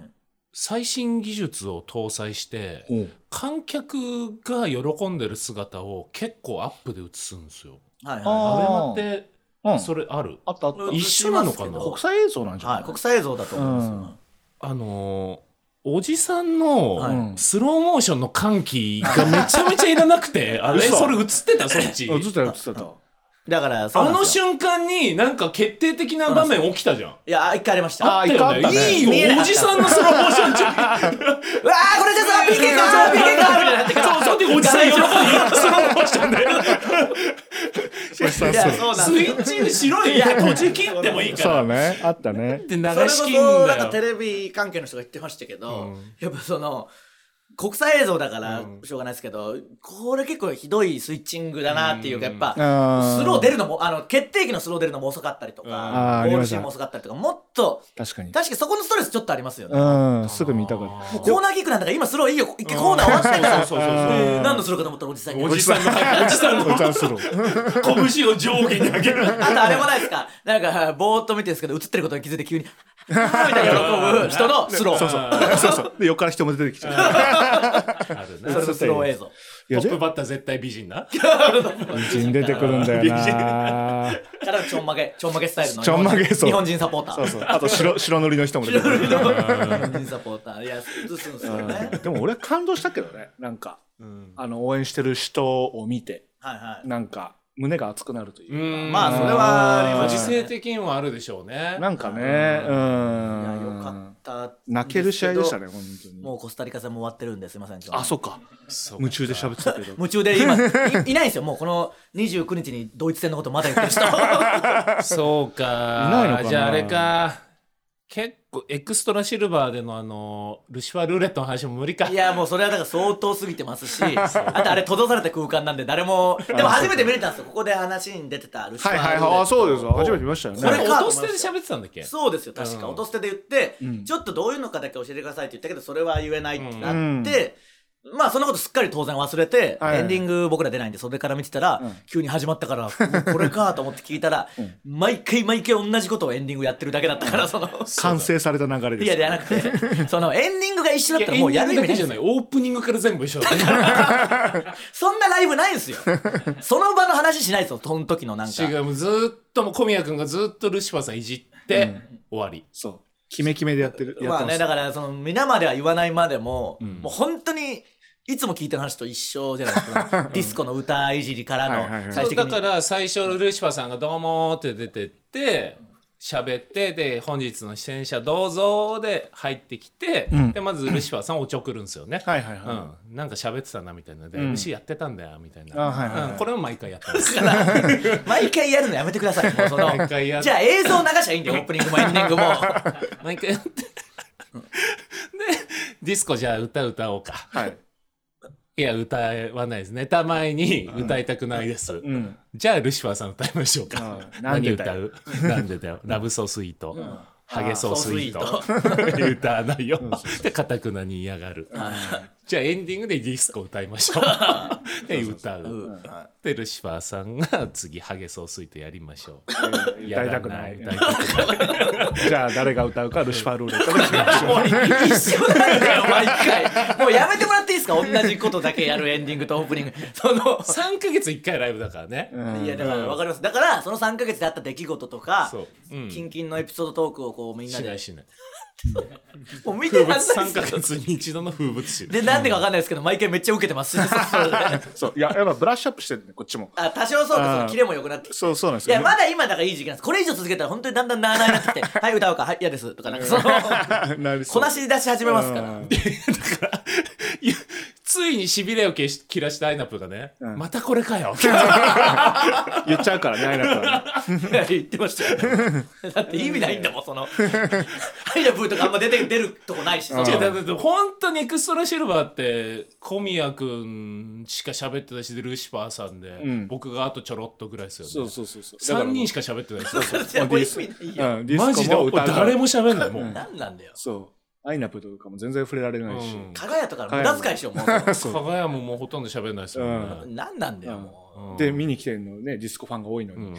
最新技術を搭載して観客が喜んでる姿を結構アップで映すんですよ。はいはい、あれってうん、それあるあったあった。 一緒なのかな。 国際映像なんじゃない、はい、 国際映像だと思いますよ、うん、 あのおじさんのスローモーションの歓喜がめちゃめちゃいらなくてあれそれ映ってたそっち映ってた映ってただからあの瞬間になんか決定的な場面起きたじゃん。 いや一回ありました。 あったよね。いいよおじさんのスローモーション中うわーこれじゃさ ピーケー か ピーケー かみたいになってからそうそうでおじさん喜んでスローモーションでいやそうなんスイッチ白い閉じ切ってもいいからそうねあったねで流し切んだよ。それこそなんかテレビ関係の人が言ってましたけど、うん、やっぱその国際映像だからしょうがないですけど、うん、これ結構ひどいスイッチングだなっていうか、やっぱスロー出るのもあの決定機のスロー出るのも遅かったりとかゴールシーンも遅かったりとかもっと確かに確かにそこのストレスちょっとありますよね。 うんすぐ見たかった。 もうコーナーキックなんだから今スローいいよ一回コーナー終わってからそうそうそうそう何のスローかと思ったらおじさんにおじさんのおじさんのおじさんスロー拳を上下に上げるあとあれもないですかなんかぼーっと見てるんですけど映ってることに気づいて急にみたいな喜ぶ人のスローそうそうそうそうで横から人も出てきちゃうあるねそれのスロー映像トップバッター絶対美人な美人出てくるんだよなからちょんまげちょんまげスタイルのちょんまげ日本人サポーターそうそうあと 白, 白塗りの人も出てくる日本人サポーターいや映すんですよねでも俺は感動したけどねなんか、うん、あの応援してる人を見て、はいはい、なんか胸が熱くなるというかうんまあそれは時勢的にもあるでしょうねなんかねうんいやよかった泣ける試合でしたね本当にもうコスタリカ戦も終わってるんですいませんあそっか夢中で喋ってたけど夢中で今 い, いないんですよもうこのにじゅうくにちにドイツ戦のことまだ言ってる人そうかいないのかなじゃああれか結構エクストラシルバーでのあのルシファールーレットの話も無理かいやもうそれはだから相当過ぎてますしあとあれ閉ざされた空間なんで誰もでも初めて見れたんですよここで話に出てたルシファールーレットはいはいはいあそうです初めて見ましたよねこれ音捨てで喋ってたんだっけそうですよ確か、うん、音捨てで言って、うん、ちょっとどういうのかだけ教えてくださいって言ったけどそれは言えないってなって、うんまあそんなことすっかり当然忘れて、はいはい、エンディング僕ら出ないんでそれから見てたら、うん、急に始まったからこれかと思って聞いたら、うん、毎回毎回同じことをエンディングやってるだけだったからその完成された流れですいやじゃなくてそのエンディングが一緒だったらもうやる意味ないじゃないオープニングから全部一緒だったからそんなライブないんですよその場の話しないですよその時のなんか違うずっともう小宮君がずっとルシファーさんいじって、うん、終わりそうキメキメでやってるまあねだからその皆までは言わないまでも、うん、もう本当にいつも聞いてる話と一緒じゃないですかディスコの歌いじりからの最終的にだから最初ルシファーさんがどうもって出てって喋ってで本日の出演者どうぞで入ってきて、うん、でまずルシファーさんをおちょくるんですよねはいはい、はいうん、なんか喋ってたなみたいなで、うん、エムシー やってたんだよみたいな、うんはいはいはいうん、これも毎回やったんですから毎回やるのやめてくださいもうその毎回やじゃあ映像流しゃいいんだよオープニングもエンディングも毎回やってでディスコじゃあ歌歌おうかはいいや歌わないですネタ前に歌いたくないです、うん、じゃあルシファーさん歌いましょうか、うん、何歌うなんでだよラブソースイート、うんハゲソースイート歌わないよでかたくなに嫌がるじゃあエンディングでディスコ歌いましょうで歌うでルシファーさんが次ハゲソースイートやりましょう歌いたくない歌いたくないじゃあ誰が歌うかルシファールーレットで決めましょう一緒なんだよ毎回もうやめてもらっていいですか同じことだけやるエンディングとオープニングそのさんかげついっかいライブだからね、 うん、いやだから分かりますだからそのさんかげつであった出来事とか、うん、キンキンのエピソードトークをこうみんなでしないしないもう見てらんないですさんかげつに一度の風物詩でなんでか分かんないですけど毎回めっちゃ受けてますそういややっぱブラッシュアップしてるねこっちもあ多少そうかキレも良くなってそうそうなんですよ、 ね、いやまだ今だからいい時期なんですこれ以上続けたら本当にだんだんなあなあになってきてはい歌おうかはい嫌ですとかなんかそのこなし出し始めますからだからついにしびれを切らしたアイナップがね、うん、またこれかよ言っちゃうからねアイナップはね言ってましたよ、ね、だって意味ないんだもんそのアイナップとかあんま出て出るとこないしそっちだって本当にエクストラシルバーって小宮君しか喋ってたしルシファーさんで、うん、僕があとちょろっとぐらいですよねそうそうそうそうさんにんしか喋ってないですよそうそうもう意味ないよ、 うん、マジで誰も喋んないもう何なんだよそうアイナップとかも全然触れられないし、 かがやとか無駄遣いしようもうかがやももうほとんど喋んないですよね、 うん、何なんだよもうで見に来てるのね、ディスコファンが多いのに、うん、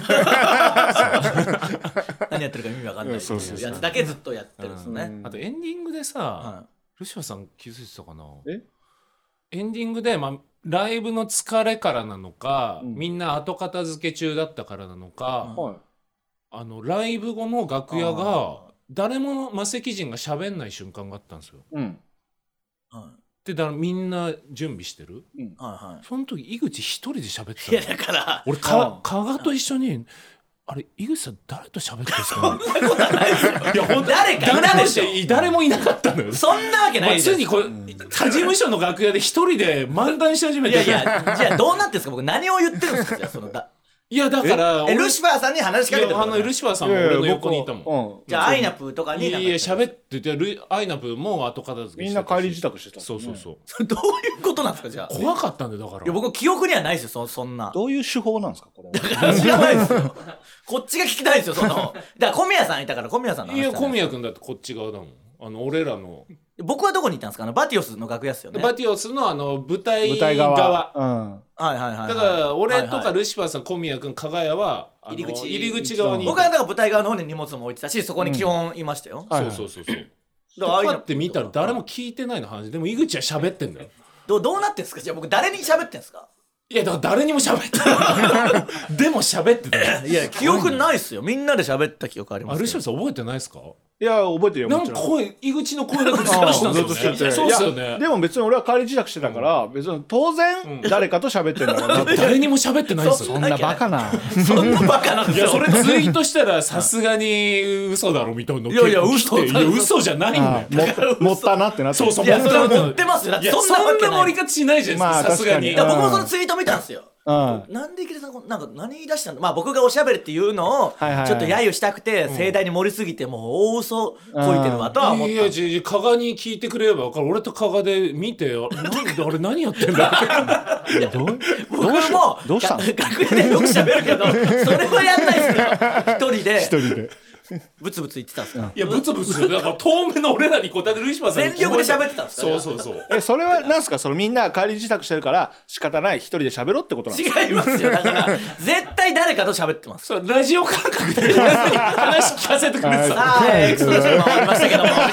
何やってるか意味わかんないっていうやつだけずっとやってるんですね、うん、 あとエンディングでさ、はい、ルシファーさん気づいてたかな、 えエンディングで、まあ、ライブの疲れからなのか、うん、みんな後片付け中だったからなのか、うん、あのライブ後の楽屋が誰も魔石人が喋んない瞬間があったんですよ、うんはい、でだみんな準備してる、うんはいはい、その時井口一人で喋ってたの。 いやだから俺か加賀と一緒にあれ井口さん誰と喋ってるんですか、 そんなことはないですよ。いや本当誰かいたでしょ。 誰もいなかったのよ。 そんなわけないです。 ついにこれ他事務所の楽屋で一人で漫談し始めて。 いやいやじゃあどうなってんですか。僕何を言ってるんですか。じゃあそのだいやだからえルシファーさんに話しかけてる。 あのルシファーさんも俺の横にいたもん。いやいやじゃあアイナプーとかにいやいや喋っててアイナプーも後片付けしてみんな帰り自宅してた、ね、 そうそうそう。 それどういうことなんですか。じゃあ怖かったんでだから。 いや僕記憶にはないですよ。 そ, そんなどういう手法なんですかこれ。 だから知らないですよ。こっちが聞きたいですよ。そのだから小宮さんいたから小宮さんの話。 いや小宮君だってこっち側だもん。あの俺らの僕はどこにいたんですか。あのバティオスの楽屋ですよね。 バティオスのあの舞台側。舞台側、うん、はいはいはい。だから俺とかルシファーさん、小宮君、加賀谷は入り口入り口側に。 僕はだから舞台側の方に荷物も置いてたし、そこに基本いましたよ。 そうそうそうそう。だからあって見たら誰も聞いてないの話。でも井口は喋ってんだよ。 どうどうなってんですか。じゃあ僕誰に喋ってんですか。 いやだから誰にも喋ってないでも喋ってた。 いや記憶ないっすよ。みんなで喋った記憶あります。 あルシファーさん覚えてないですか。 いや覚えてるよ。 なんか声井口の声だけずっとしたんですよね。そうですよね。 でも別に俺は帰り自宅してたから、うん、別に当然誰かと喋ってんだからな。 誰にも喋ってないんですよ。 そんなバカな。 そんなバカなんですよ。 いやそれツイートしたらさすがに嘘だろみたいな。 いやいや嘘いや嘘じゃないんだよ。 持ったなってなって。 そうそう。いやそれは持ってますよ。だってそんなわけない。 そんな盛り方しないじゃないですか。さすがに。 僕もそのツイート見たんですよ。うん、なんで池田さんなんか何言い出したんだ。まあ僕がおしゃべりっていうのをちょっと揶揄したくて盛大に盛りすぎてもう大嘘こいてるわとは思った。いやいや加賀に聞いてくれれば分かる。俺と加賀で見てなんあれ何やってんだいやどう僕もどうしたの楽屋でよくしゃべるけどそれはやんないですよ。一人で一人でブツブツ言ってたんですか。 いやブツブツだから遠目の俺らに答えてルシファーさん全力で喋ってたんですか。 そうそうそうえそれはなんすか。そのみんな帰り自宅してるから仕方ない一人で喋ろうってことなんですか。 違いますよ。だから絶対誰かと喋ってます。 そうラジオ感覚で話聞かせてくれてた。 さあエクストラショー回りましたけどもいや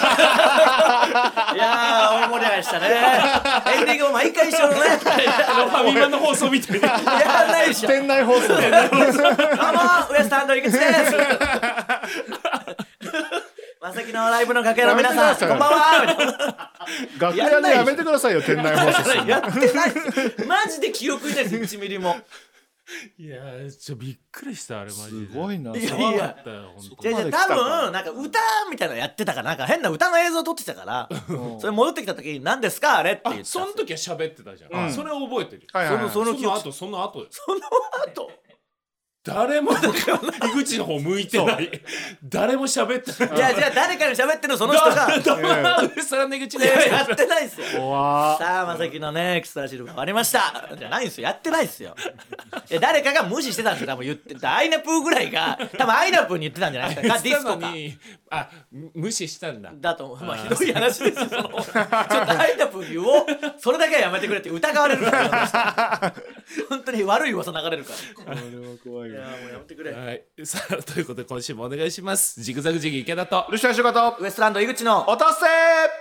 ー大盛り上がりしたね。エンディングも毎回一緒のねあのファミマの放送みたいにやらないでしょ。 店内放送でどうもウエストランド井口ですまさきのライブの楽屋の皆さんこんばんは。 楽屋でやめてくださいよ店内放送やってないマジで記憶にないですいちミリも。 いやちょびっくりしたあれマジですごいな。 いやいやじゃじゃ多分なんか歌みたいなのやってたからなんか変な歌の映像撮ってたからそれ戻ってきた時に何ですかあれって言ってた。 その時は喋ってたじゃん、うん、それを覚えてる。 はいはいはい、そのそのその後その後その後誰も井口の方向いてない。誰も喋ってない。 じゃあじゃあ誰かに喋ってるのその人がどうもウエストランド井口ですやってないっすよ。さあまさきのねエクストラシルバー終わりましたじゃないんですよ。やってないっすよ。いや誰かが無視してたんですよ。多分言ってたアイナプーぐらいが多分アイナプーに言ってたんじゃないですか。ディスコかあ無視したんだだとまあひどい話ですよ。そのちょっとアイナプーに言おうそれだけはやめてくれって疑われるから本当に悪い噂流れるから。 これは怖い。 いやもうやめてくれ。 はい、さあということで今週もお願いします。ジグザグジギー池田とルシファーシュガとウエストランド井口の落とせ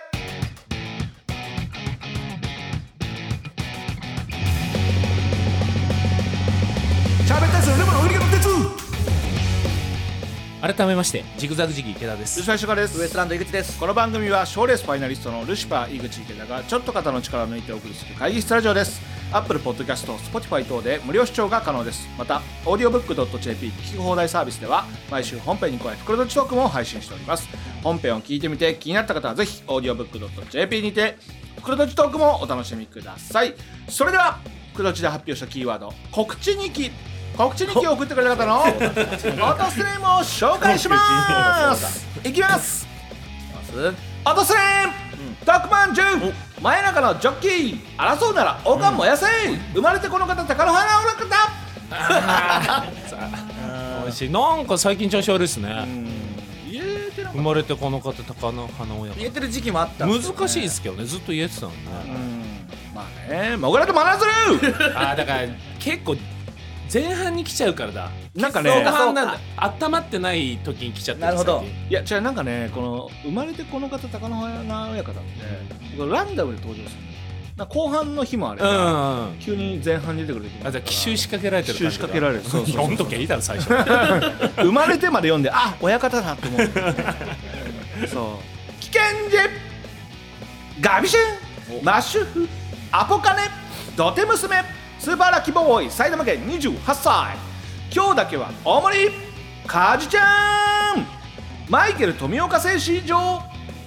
しゃべったやつのレモンの売り方鉄。 改めましてジグザグジギー池田です。 ルシファーシュガです。 ウエストランド井口です。 この番組は賞レースファイナリストのルシファー井口池田がちょっと肩の力を抜いてお送りする会議室ラジオです。Apple Podcast、Spotify 等で無料視聴が可能です。また オーディオブックドットジェーピー 聞き放題サービスでは毎週本編に加え袋とじトークも配信しております。本編を聞いてみて気になった方はぜひ オーディオブックドットジェーピー にて袋とじトークもお楽しみください。それでは袋とじで発表したキーワード告知日記告知日記を送ってくれた方のオートスレームを紹介します。いきます。オートスレーム特番じゅう真夜中のジョッキー争うなら王冠燃やせ、うん、生まれてこの方貴乃花おらかたおいしい。なんか最近調子悪いですね。生まれてこの方貴乃花親方言えてる時期もあった、 ね、難しいですけどねずっと言えてたのね。 うんまあね、モグラと真鶴あだから結構前半に来ちゃうからだ。 なんかね、 後半なんだ、温まってない時に来ちゃってる。 なるほど。 いや、じゃあなんかね、この生まれてこの方貴乃花親方ってランダムで登場する。後半の日もあれば、うんうん、急に前半に出てくる時もあるから。あ、じゃあ奇襲仕掛けられてる感じだ。奇襲仕掛けられる。そうそうそう。 読んどきゃいいだろ最初。 生まれてまで読んで、あ、親方だと思う。そう。危険ジェガビシュンマッシュフアポカネドテ娘スーパーラッキーボーイ埼玉県にじゅうはっさい今日だけは大盛りカジちゃんマイケル富岡製糸場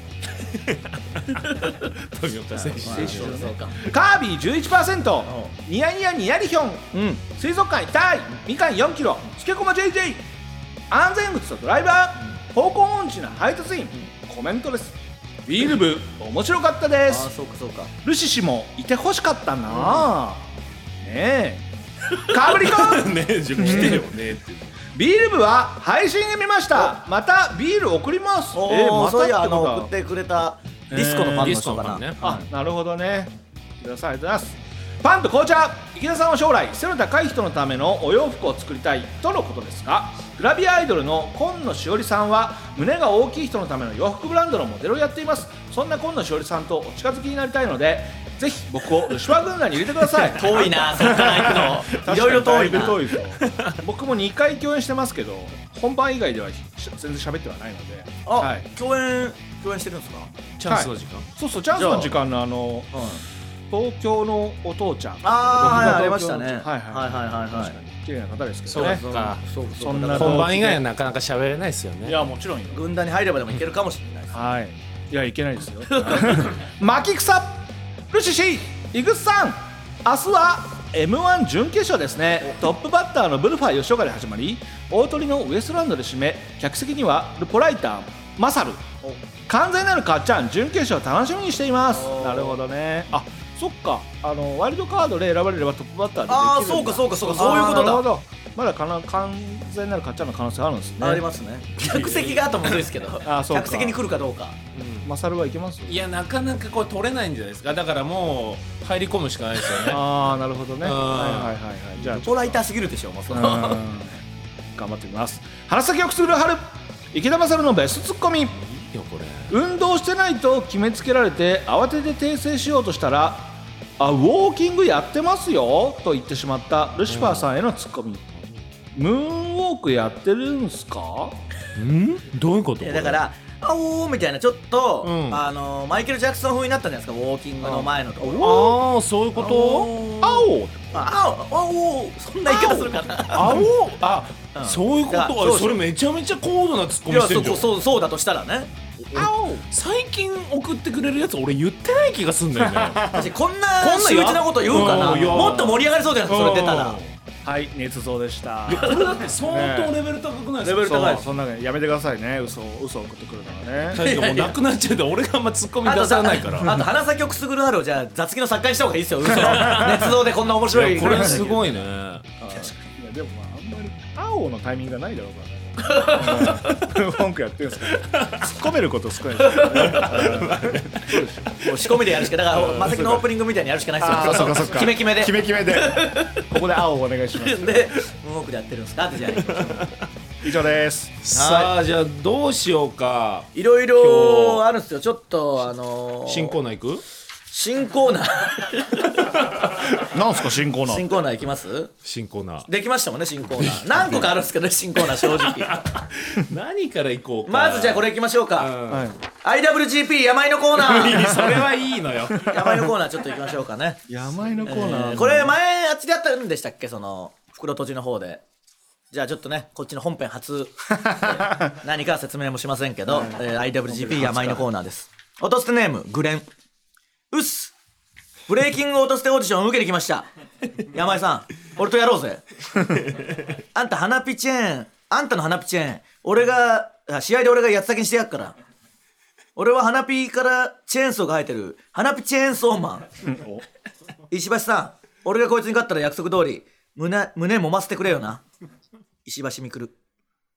富岡製糸場カービィ じゅういちパーセント ニヤニヤニヤリヒョン、うん、水族館行きたいみかんよんキロつけこま ジェイジェイ 安全靴とドライバー、うん、方向音痴な配達員、うん、コメントです。ビール部面白かったです。 あ、そうかそうか。 ルシ氏もいてほしかったな、うん、ねえかぶりこねえ自分来てよねってビール部は配信で見ました。またビール送ります。 えー、またってことだ。送ってくれたディスコのファンの人かな、 ね、あ、なるほどね。ください、ありがとうございます。パンと紅茶池田さんは将来背の高い人のためのお洋服を作りたいとのことですが、グラビアアイドルの今野しおりさんは胸が大きい人のための洋服ブランドのモデルをやっています。そんな今野しおりさんとお近づきになりたいので、ぜひ僕をルシファー軍団に入れてください。 遠いな、そっから行くのいろいろ遠いな。 遠いですよ僕もにかい共演してますけど、本番以外では全然喋ってはないので。 あ、はい、共演共演してるんですか。 チャンスの時間、はい、 そうそう、チャンスの時間のあの、東京のお父ちゃん、 ああ、ありましたね。はいはいはいはい、綺麗な方ですけどね。 そうか、そんな本番以外はなかなか喋れないですよね。 いや、もちろんよ。 軍団に入ればでもいけるかもしれないです。 はい、いや、いけないですよ。巻き草ルシシイグスさん、明日は エムワン 準決勝ですね。トップバッターのブルファー吉岡で始まり、大鳥のウエストランドで締め、客席にはルポライターマサル、完全なるかっちゃん、準決勝楽しみにしています。なるほどね。あ、そっか、あのワイルドカードで選ばれればトップバッターでできるんだ。 ああ、そうかそうかそうか、そういうことだ。なるほど。 まだかな、完全なるかっちゃんの可能性あるんですね。 ありますね。客席があともそうですけどあ、そうか、客席に来るかどうか、 うん、マサルはいけます。 いや、なかなかこれ取れないんじゃないですか。だからもう入り込むしかないですよね。 ああ、なるほどね。はいはいはいはい。 じゃあトライターすぎるでしょ、もうその頑張ってみます。花咲をくすぐる春、池田勝のベストツッコミ。いいよこれ。 運動してないと決めつけられて慌てて訂正しようとしたら、あ、ウォーキングやってますよと言ってしまったルシファーさんへのツッコミ。ムーンウォークやってるんすか？ ん？どういうこと？ だからあおーみたいな、ちょっと、うん、あのマイケル・ジャクソン風になったんじゃないですか、ウォーキングの前のところ。ああ、そういうこと？ あおあおあおそんな言い方するかな。 あおあ、うん、そういうことは、それめちゃめちゃ高度なツッコミしてるじゃん。 いや、そうそうだとしたらね。 最近送ってくれるやつ俺言ってない気がすんだよね。 私こんな仕打ちなこと言うかな。もっと盛り上がりそうじゃないですか、それ出たら。 はい、捏造でした。 いや、これだって相当レベル高くないですか？ レベル高い。そんなのやめてくださいね。嘘嘘送ってくるのはね。 確かもうなくなっちゃうと俺があんまツッコミ出さないから。 あと花咲をくすぐる春をじゃあ雑技の作家にした方がいいですよ。嘘捏造でこんな面白い。 これすごいね。 確かに。いやでもまああんまり青のタイミングがないだろうからね。文句やってるんですけど、突っ込めること少ないですよね。 そうですよ。もう仕込みでやるしか、だからまさきのオープニングみたいにやるしかないですよ。 あ、そっかそっか。 キメキメで。 キメキメで。ここで青をお願いします。 で、文句でやってるんですかって。じゃあ以上です。 さあ、じゃあどうしようか。 いろいろあるんですよ。ちょっとあの新コーナー行く？ 新コーナーなんすか新コーナー？ 新コーナー行きます？ 新コーナーできましたもんね。新コーナー何個かあるんですけどね、新コーナー正直。 何から行こうか。 まずじゃあこれ行きましょうか、うん、はい、アイダブリュージーピー 山井のコーナー。 それはいいのよ。 山井のコーナーちょっと行きましょうかね。 山井のコーナー、 えー、これ前あっちでやったんでしたっけ、その袋とじの方で。じゃあちょっとね、こっちの本編初何か説明もしませんけど、えー、アイダブリュージーピー 山井のコーナーです。落とすてネームグレン。うっす、ブレイキング落とすてオーディションを受けてきました。山井さん、俺とやろうぜ。あんた花ピチェーン、あんたの花ピチェーン、俺が試合で俺がやつ先にしてやっから。俺は花ピーからチェーンソーが生えてる花ピチェーンソーマン。石橋さん、俺がこいつに勝ったら約束通り胸胸揉ませてくれよな。石橋みくる。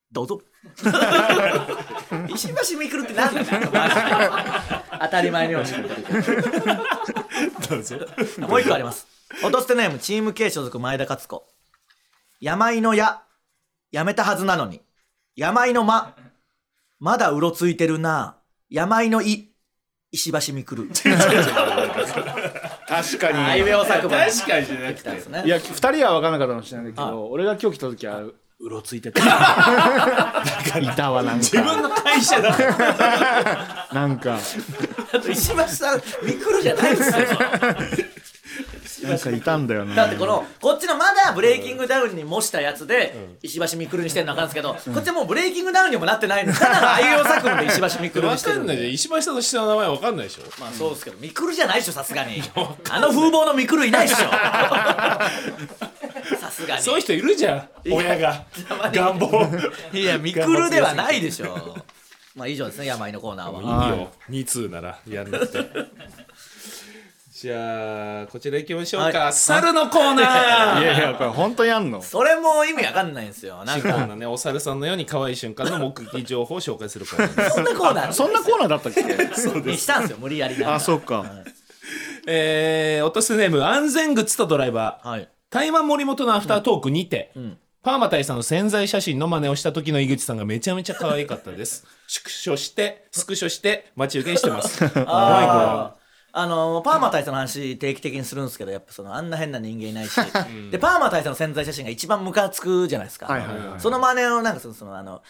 どうぞ石橋みくるって何なんだよ当たり前のようにどうぞもう一個あります。落とすてネームチーム K 所属前田勝子。病の矢やめたはずなのに病の間まだうろついてるな病のい石橋みくる確かにあいうえお作文確かにじゃなくて、 ね、 いやふたりは分からなかったかもしれないけど俺が今日来た時はうろついてたいたわなんか自分の会社だなんかあと石橋さんみくるじゃないですよなんかいたんだよな。 だってこのこっちのまだブレイキングダウンに模したやつで、うん、石橋みくるにしてるの分かるんですけど、うん、こっちはもうブレイキングダウンにもなってないのただのあいうえお作文で石橋みくるにしてる分かんないじゃん。石橋さんの下の名前分かんないでしょ。 まあそうですけどみくるじゃないでしょさすがにあの風貌のみくるいないでしょさすがにそういう人いるじゃん親が願望いやみくるではないでしょまあ以上ですね病のコーナーは。 いいよに通ならやんなくてじゃあこちら行きましょうか、はい、猿のコーナーいやいやこれ本当やんのそれも意味わかんないんですよ。なんかね、お猿さんのように可愛い瞬間の目撃情報を紹介するコーナーですそんなコーナーそんなコーナーだったっけそうですしたんですよ無理やりな。 あそうか、はい、 えー、落とすネーム安全靴とドライバー、はい、台湾森本のアフタートークにて、うんうん、パーマ大佐の宣材写真の真似をした時の井口さんがめちゃめちゃ可愛かったですスクショしてスクショして待ち受けにしてますああのパーマ大佐の話定期的にするんですけどやっぱそのあんな変な人間いないし、うん、でパーマ大佐の宣材写真が一番ムカつくじゃないですか、はいはいはいはい、その真似をなんかそのそのあの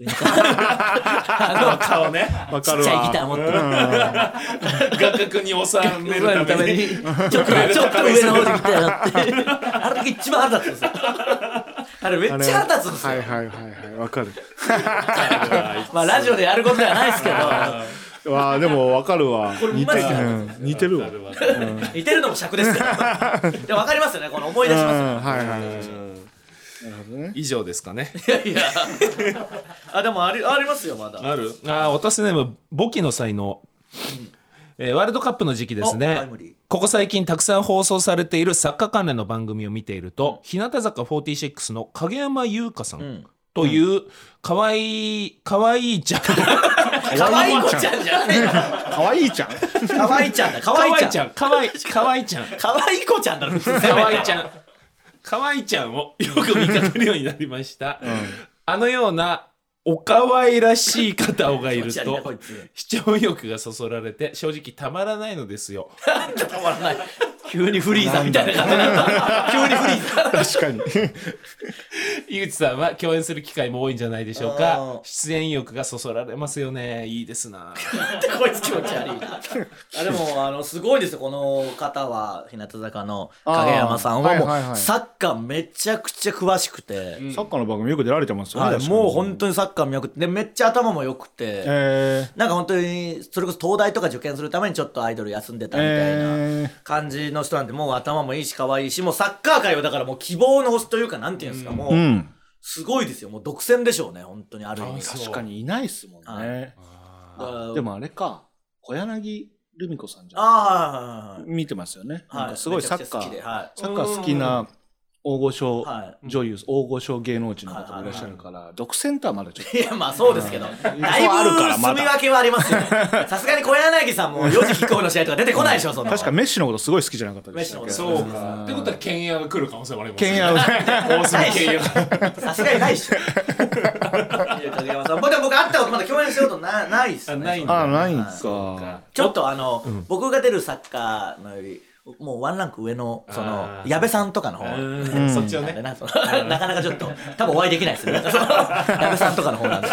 あの顔ねわかるわちっちゃいギター持ってる画角に収めるためにちょっとちょっと上の方でギターやってあれだけ一番腹立つんですよあれめっちゃ腹立つんですよ。 はいはいはいはいわかるまあラジオでやることではないですけどわあでもわかるわ似てる、うん、似てるわ、うん、 似てるのも尺ですけどでもわかりますよねこの思い出しますよ、うん、はいはい、 なるほどね、以上ですかね。 いやいやあでもあり、ありますよまだあるあおたすネーム簿記の才能、うんえー、ワールドカップの時期ですね。ここ最近たくさん放送されているサッカー関連の番組を見ていると、うん、日向坂フォーティーシックスの影山優香さん、うんというかわいいかわいいちゃんかわいい子ちゃんじゃないかわいいちゃんかわいいちゃんだかわいいちゃんかわいいかわいいちゃんかわいい子ちゃんだろかわいいちゃんかわいいちゃんをよく見かけるようになりました、うん、あのようなおかわいらしい方がいると視聴意欲がそそられて正直たまらないのですよたまらない急にフリーザみたいな感じになった急にフリーザ確かに井口さんは共演する機会も多いんじゃないでしょうか。出演意欲がそそられますよね。いいですなこいつ気持ち悪いなあでもあのすごいですよこの方は日向坂の影山さんはもう、はいはいはい、サッカーめちゃくちゃ詳しくて、 うん、サッカーの番組よく出られてますよね、 はい、もう本当にサッカーもよくてでめっちゃ頭もよくて、えー、なんか本当にそれこそ東大とか受験するためにちょっとアイドル休んでたみたいな感じの人なんでもう頭もいいし可愛いしもうサッカー界をだからもう希望の星というかなんていうんですか、うん、もう、うんすごいですよもう独占でしょうね本当にある意味。 確かにいないっすもんね。あでもあれか小柳ルミ子さんじゃん。あ見てますよね、はい、なんかすごいサッカー、はい、サッカー好きな大御所女優、はい、大御所芸能人の方もいらっしゃるから、はいはいはい、独占とはまだちょっといやまあそうですけどだいぶ住み分けはありますよねさすがに小柳さんもよじキックオフの試合とか出てこないでしょその確かメッシのことすごい好きじゃなかったですか。 そうかってことはケンヤが来る可能性もありますよね。ケンヤ大隅ケンヤさすがにないっしょ影山さん僕会ったことまだ共演したことなないっすね。 ないんだ。あないんか。 ちょっとあの、うん、僕が出るサッカーのよりもうワンランク上のその矢部さんとかの方、 うん、そっちをねな, なかなかちょっと多分お会いできないですね矢部さんとかの方なんで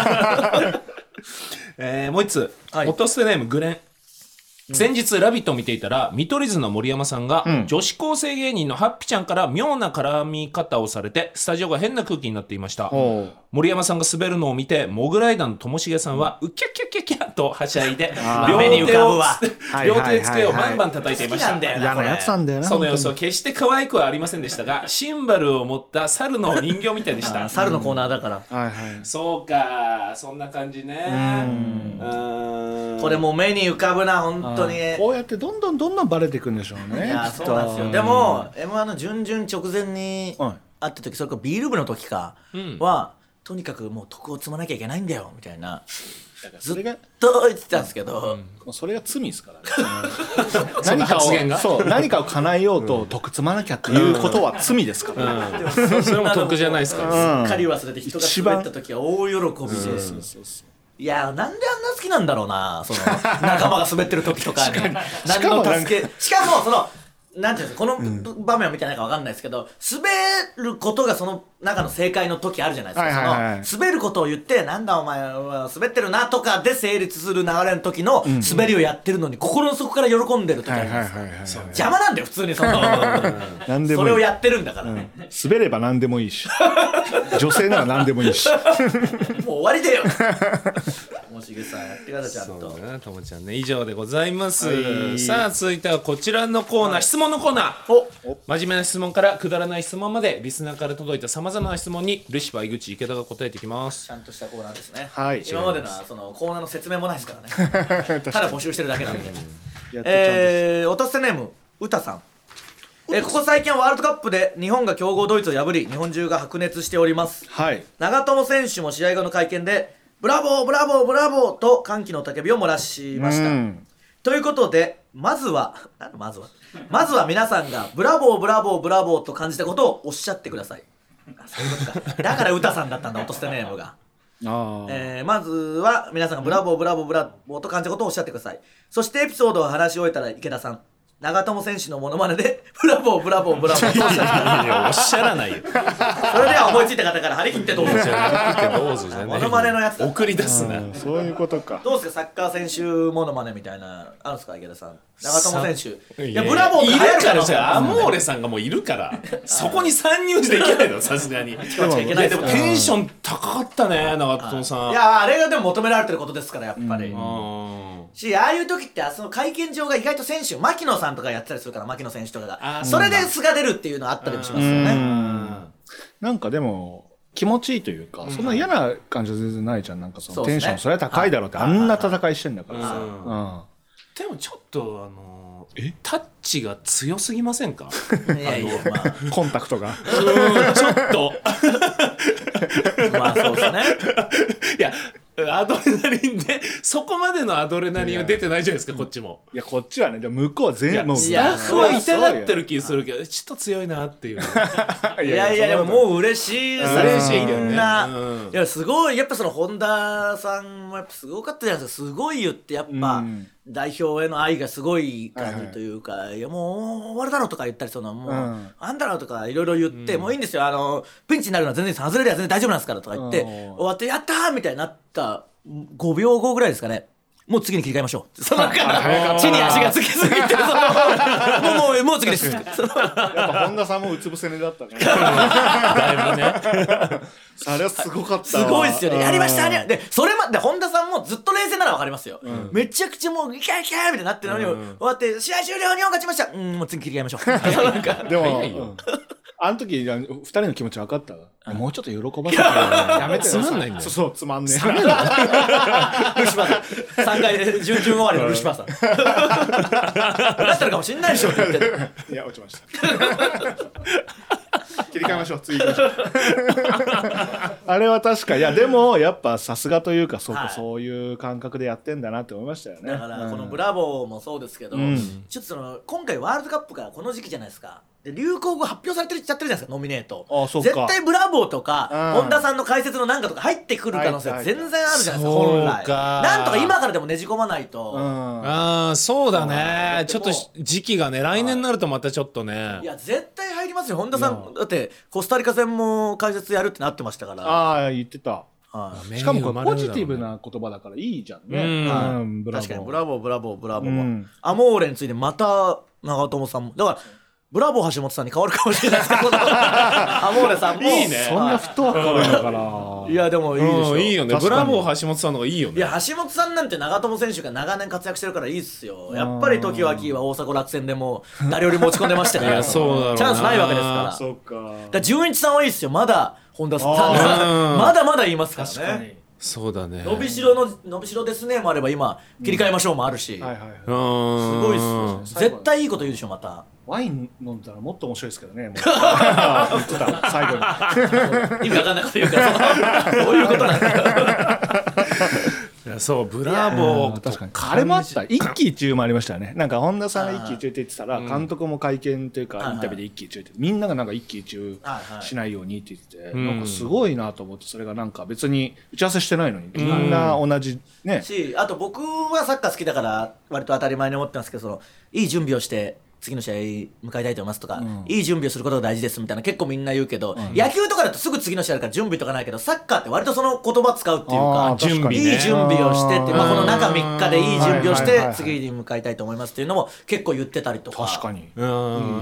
えー、もう一つ、はい、音捨てネームグレン、うん、先日ラビットを見ていたら見取り図の森山さんが、うん、女子高生芸人のハッピちゃんから妙な絡み方をされてスタジオが変な空気になっていました。森山さんが滑るのを見てモグライダーのともしげさんは、うん、ウキャキャキャキャとはしゃいで両手を両手で机をバンバン叩いていました。 嫌なやつなんだよな。 その様子は決して可愛くはありませんでしたがシンバルを持った猿の人形みたいでした猿のコーナーだから、 うんはいはい、 そうかそんな感じね。 うんこれもう目に浮かぶな本当に。 こうやってどんどんどんどんバレていくんでしょうね。 いやそうなんですよ。でも エムワン の準々直前に会った時それからビール部の時かは、 とにかくもう徳を積まなきゃいけないんだよみたいなずっと言ってたんですけど、 うん、それが罪ですからね何かをそう何かを叶えようと、うん、徳積まなきゃっていうことは罪ですから、ね、うん、 でもそれも徳じゃないですか、 うん、すっかり忘れて人が滑った時は大喜びで、うん、そうそうそうそういやなんであんな好きなんだろうなその仲間が滑ってる時とかに何の助けしかもそのなんていうんですかこの場面を見てないか分かんないですけど、滑ることがその中の正解の時あるじゃないですか、はいはいはい、その滑ることを言ってなんだお前は滑ってるなとかで成立する流れの時の滑りをやってるのに、うん、心の底から喜んでる時あるじゃないですか。邪魔なんだよ普通にその何でもいいそれをやってるんだからね、 うん、滑れば何でもいいし女性なら何でもいいしもう終わりだよともしげさんやってくださいちゃんと。 そうねともちゃんね以上でございます、はい、さあ続いてはこちらのコーナー、はい、質問のコーナー。お真面目な質問からくだらない質問までリスナーから届いたさまざまな質問にルシファー井口池田が答えていきます。 ちゃんとしたコーナーですね、 はい、 今までのはそのコーナーの説明もないですからねただ募集してるだけなんでえー、おとせネームうたさん、えー、ここ最近はワールドカップで日本が強豪ドイツを破り日本中が白熱しております、はい、長友選手も試合後の会見でブラボーブラボーブラボーと歓喜の叫びを漏らしました。ということでまずはまずはまずは皆さんがブラボーブラボーブラボーと感じたことをおっしゃってください。そういうことかだから歌さんだったんだ落としてネームがあ、えー、まずは皆さんがブラボーブラボーブラボーと感じたことをおっしゃってください。そしてエピソードを話し終えたら池田さん長友選手のモノマネでブラボーブラボーブラボーとおっしゃってください。いやおっしゃらないよそれでは思いついた方から張り切ってどうぞモノマネのやつ送り出すな、 そういうことか。 どうですかサッカー選手モノマネみたいなあるんですか池田さん。長友選手いやブラボーっているからじゃあアモーレさんがもういるからそこに参入できないのさすがに。でもテンション高かったね長友さん。 いやあれがでも求められてることですからやっぱり、うん、しああいう時ってその会見場が意外と選手牧野さんとかやってたりするから牧野選手とかがそれで素が出るっていうのあったりもしますよね。 うんなんかでも気持ちいいというか、うん、そんな嫌な感じは全然ないじゃん。なんかそのテンションそれは高いだろうってあんな戦いしてんだからさ、うん、 でもちょっとあのー、タッチが強すぎませんかいやいや、まあ、 コンタクトがうんちょっとまあそうですねいやアドレナリンでそこまでのアドレナリンは出てないじゃないですかこっちも。 いやこっちはねでも向こうは全部もうスタッフは痛がってる気するけどちょっと強いなっていういやいやでももう嬉しいです嬉しいよね。 いやすごいやっぱその本田さんもやっぱすごかったじゃないですか。すごい言ってやっぱ、うん、代表への愛がすごい感じというか、はいはい、いやもう終わるだろうとか言ったりそのもう、うん、あんだろうとかいろいろ言って、うん、もういいんですよあのピンチになるのは全然外れりゃ全然大丈夫なんですからとか言って、うん、終わってやったーみたいになったごびょうごぐらいですかね。もう次に切り替えましょう。そのから地に足がつきすぎてそのもうもうもう次です。やっぱ本田さんもうつ伏せ寝だったね。だいぶね。あれはすごかった。 すごいですよね。やりましたね。でそれまで本田さんもずっと冷静ならわかりますよ、うん。めちゃくちゃもういけいけみたいになってるのに、うん、終わって試合終了日本勝ちました。うんもう次切り替えましょう。なんかでも。うんあの時ふたりの気持ち分かった、うん、もうちょっと喜ばせてやめてつまんないんだよ。 そうそうつまんねえルシファーさんさんかいで準々終わりのルシファーさんだったのかもしんないでしょって言ってる。 いや落ちました切り替えましょう次行きましょうあれは確かいやでもやっぱさすがというかそうか、はい、そういう感覚でやってんだなって思いましたよね。 だからこのブラボーもそうですけど、うん、ちょっとその今回ワールドカップからこの時期じゃないですか。で流行語発表されてるっちゃってるじゃないですかノミネート。ああそうか絶対ブラボーとか本田さんの解説のなんかとか入ってくる可能性は全然あるじゃないですか本来。なんとか今からでもねじ込まないと、うん、 ああそうだね。ちょっと時期がね来年になるとまたちょっとね。 いや絶対入りますよ本田さん。だってコスタリカ戦も解説やるってなってましたから。 ああ言ってた。しかもこれポジティブな言葉だからいいじゃんね。うんうん、ブラボー確かにブラボーブラボーブラボー、うん、アモーレについてまた長友さんもだからブラボー橋本さんに変わるかもしれないですけどアモーレさんもいいね。そんな太わかるのかな。 いやでもいいでしょ、うん、 いいよね。ブラボー橋本さんの方がいいよね。 いや橋本さんなんて長友選手が長年活躍してるからいいっすよ。やっぱり時はキーは大迫落選でも誰よりも落ち込んでましたからいやそうだろうなチャンスないわけですから。 そうか。 だから純一さんはいいっすよ。まだ本田さんまだまだ言いますからね。 そうだね。 伸びしろの伸びしろですねもあれば今切り替えましょうもあるし、うん、はいはいはい、すごいっすよ、ね、絶対いいこと言うでしょまた。 ワイン飲んだらもっと面白いですけどね。もう最後に意味わかんないこと言うからどういうことなんだいやそうブラボー確かにあれもあった一喜一憂もありましたよね。なんか本田さんが一喜一憂って言ってたら監督も会見というかインタビューで一喜一憂ってみんながなんか一喜一憂しないようにって言っててなんかすごいなと思って、それがなんか別に打ち合わせしてないのにみんな同じね。 しあと僕はサッカー好きだから割と当たり前に思ってますけど、そのいい準備をして次の試合迎えたいと思いますとか、うん、いい準備をすることが大事ですみたいな結構みんな言うけど、うん、野球とかだとすぐ次の試合あるから準備とかないけど、サッカーって割とその言葉使うっていうか、準備、ね、いい準備をしてって、まあ、この中みっかでいい準備をして次に向かいたいと思いますっていうのも結構言ってたりとか。 確かに、 うん、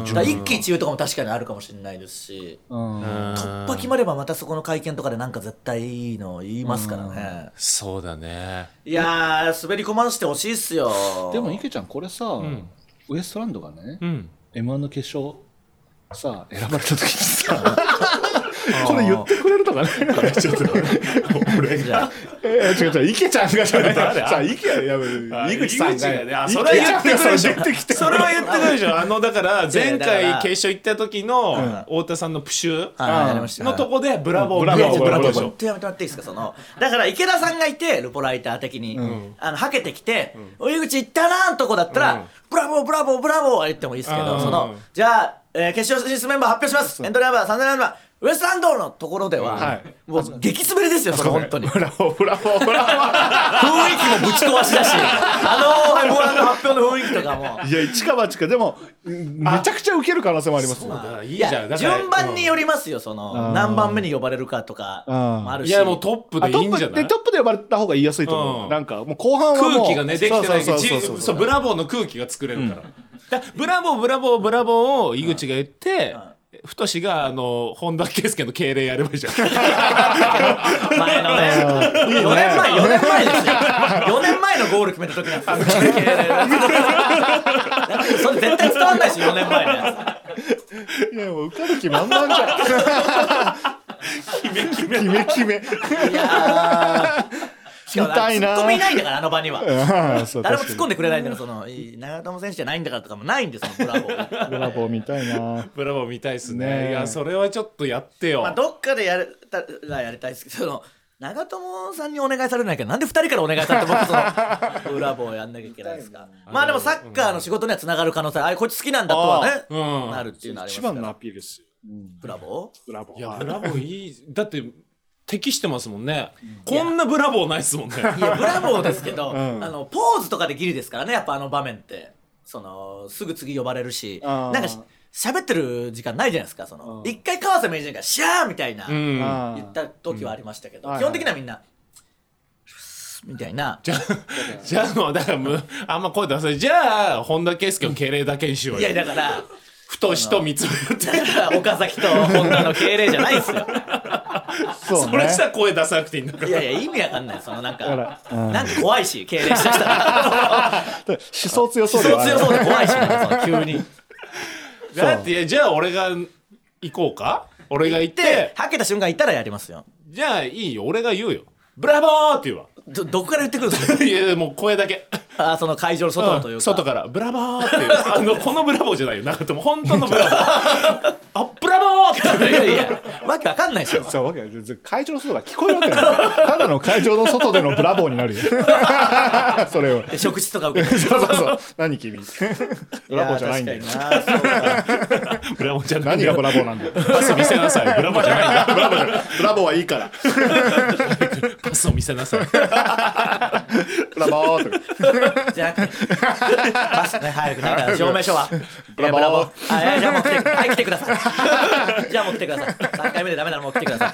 だ一喜一憂とかも確かにあるかもしれないですし、うん、突破決まればまたそこの会見とかでなんか絶対いいの言いますからね、 うん、そうだね。 いやー滑り込ませてほしいっすよ。 でも池ちゃんこれさ、うん、ウエストランドがね、うん、エムワン の決勝さ選ばれた時にさこれ言ってくれるとかねちょっと俺がえー、違う違う池ちゃんがじゃないさあ池や井口さんがそれは言ってくるでしょ。それは言ってくるでしょ。あのだから前回決勝行った時の太田さんのプシュのとこでブラボーブラボーブラボーでしょ。 ってやめてもらっていいですか。そのだから池田さんがいてルポライター的に、うん、あのはけてきて、うん、井口行ったなーとこだったら、うん、ブラボーブラボーブラボーは言ってもいいですけど、そのじゃあ、えー、決勝進出メンバー発表します。エントリーナンバーさんぜんナンバーウエストランドのところでは、はい、もう激滑りですよ。それ本当にブラボーブラボーブラボー雰囲気もぶち壊しだしあの エムワン の発表の雰囲気とかもいや一か八かでもめちゃくちゃ受ける可能性もあります。 まあ、いいじゃん。順番によりますよ。その何番目に呼ばれるかとかもあるし、 いやもうトップでいいんじゃない。 でトップで呼ばれた方が言いやすいと思う、うん、なんかもう後半はもう空気がねできてないけどブラボーの空気が作れるから、うん、だブラボーブラボーブラボーを井口が言って、うんうん、太志があの本田圭佑の敬礼やればいいじゃん前のねいいねよねんまえよねんまえですよよねんまえのゴール決めた時なんですよ敬礼それ絶対伝わんないしよねんまえのやつ。いやもう受かる気満々じゃん決め決め決め決めいやしかもツッコミいないんだからあの場には誰も突っ込んでくれないんだから、その長友選手じゃないんだからとかもないんですよ。ブラボーブラボー見たいな。 ブラボー見たいっすね。いやそれはちょっとやってよ。 まあどっかでやれたらやりたいですけど、その長友さんにお願いされないけどなんでふたりからお願いされて僕そのブラボーやんなきゃいけないですか。まあでもサッカーの仕事にはつながる可能性、あこいつ好きなんだとはね、うん、なるっていうのはありますから。 一番のアピールですよ、うん、 ブラボーブラボー。 いやブラボーいいだって適してますもんね、うん、こんなブラボーないっすもんね。 いやブラボーですけど、うん、あのポーズとかでギリですからね。やっぱあの場面ってそのすぐ次呼ばれるし、なんか喋ってる時間ないじゃないですか。その一回川瀬名人がシャーみたいな、うん、言った時はありましたけど、うん、基本的にはみんな、うん、みたいな。 じゃあじゃあもうだからもうあんま声出さない。じゃあ本田圭佑の敬礼だけにしようよ。 いやだから太しと三つ目岡崎と本田の敬礼じゃないですよ。 そうね、 それしたら声出さなくていいんだから。 いやいや意味わかんない。そのなんか、うん、なんか怖いし敬礼したら思想強そうで思想強そうで怖いし、ね、その急にだってじゃあ俺が行こうか。俺が行ってはけた瞬間行ったらやりますよ。 じゃあいいよ俺が言うよ。ブラボーって言うわ。 ど, どこから言ってくるんですか。 いやもう声だけ。 あその会場の外というか、うん、 外からブラボーっていうあのこのブラボーじゃないよ。長友本当のブラボーあブラボーって。 いやいやわけわかんないですよ。 そうわけ会場の外が聞こえるわけないただの会場の外でのブラボーになるよそれを職質とか受けてそうそうそう何君ブラボーじゃないんだよ。 ブラボーじゃない何がブラボーなんだよ。 パス見せなさい。ブラボーじゃないんだ。 ブラボーじゃないブラボーはいいからパスを見せなさい。 ブラボーってじゃあパスね早くなんか証明書はブラボー。あじゃあもう来てはい来てください。じゃあもう来てください。さんかいめでダメならもう来てくださ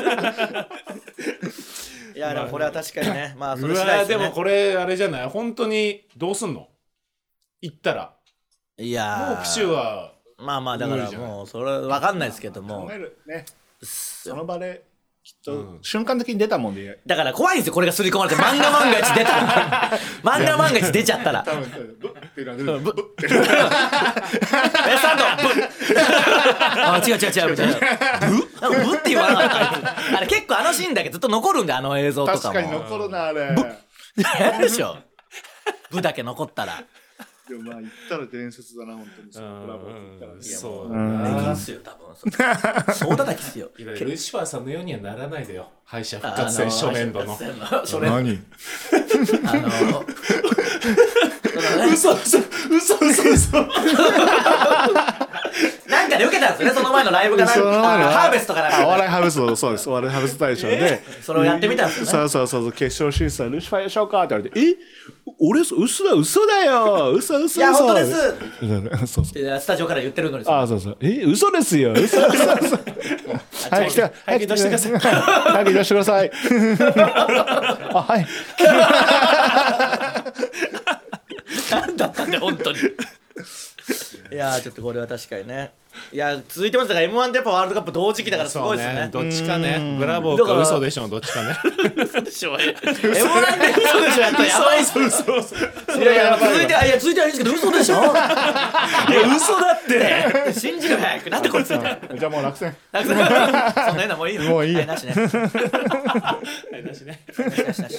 い。いやでもこれは確かにね。まあそれ次第ですね。 でもこれあれじゃない。本当にどうすんの？行ったら。 いやもうプシュはまあまあだからもうそれわかんないですけども。 考えるね。その場できっと瞬間的に出たもんで、 だから怖いんですよこれが刷り込まれて漫画万が一出たら漫画万が一出ちゃったら多分ブッってなるブッブッえスタンドブッあ違う違う違うみたいなブッなんかブッって言わなかったあれ結構あのシーンだけずっと残るんであの映像とかも確かに残るなあれブッでしょブだけ残ったらでもまあ言ったら伝説だな本当にそのブラボーって言ったらそうできんすよ多分そう叩きっすよルシファーさんのようにはならないでよ敗者復活戦初年度の何あの嘘嘘嘘嘘嘘なんかで受けたんですよねその前のライブがなんかハーベストかなんかお笑いハーベストそうですお笑いハーベスト大賞でそれをやってみたんですよねそうそうそう決勝審査ルシファーでしょうかって言われてえ俺嘘だ嘘だよ嘘嘘嘘いや本当ですそうそうスタジオから言ってるのにあそうそうえ嘘ですよ嘘嘘嘘早く来て早く出してください早く出してくださいあはいなんだったんだ本当にいやちょっとこれは確かにねいや続いてますから エムワン ってやっぱワールドカップ同時期だからすごいですね、 ね、どっちかねブラボーか嘘でしょどっちかね嘘でしょ エムワン で嘘でしょやったらやばいっす嘘嘘嘘いやいや続いてはいや続いてはいいんですけど嘘でしょいや嘘だって信じる早くなんでこいつじゃあもう落選落選そんなのもういいのもういいよはいなしねはいなしねなしなし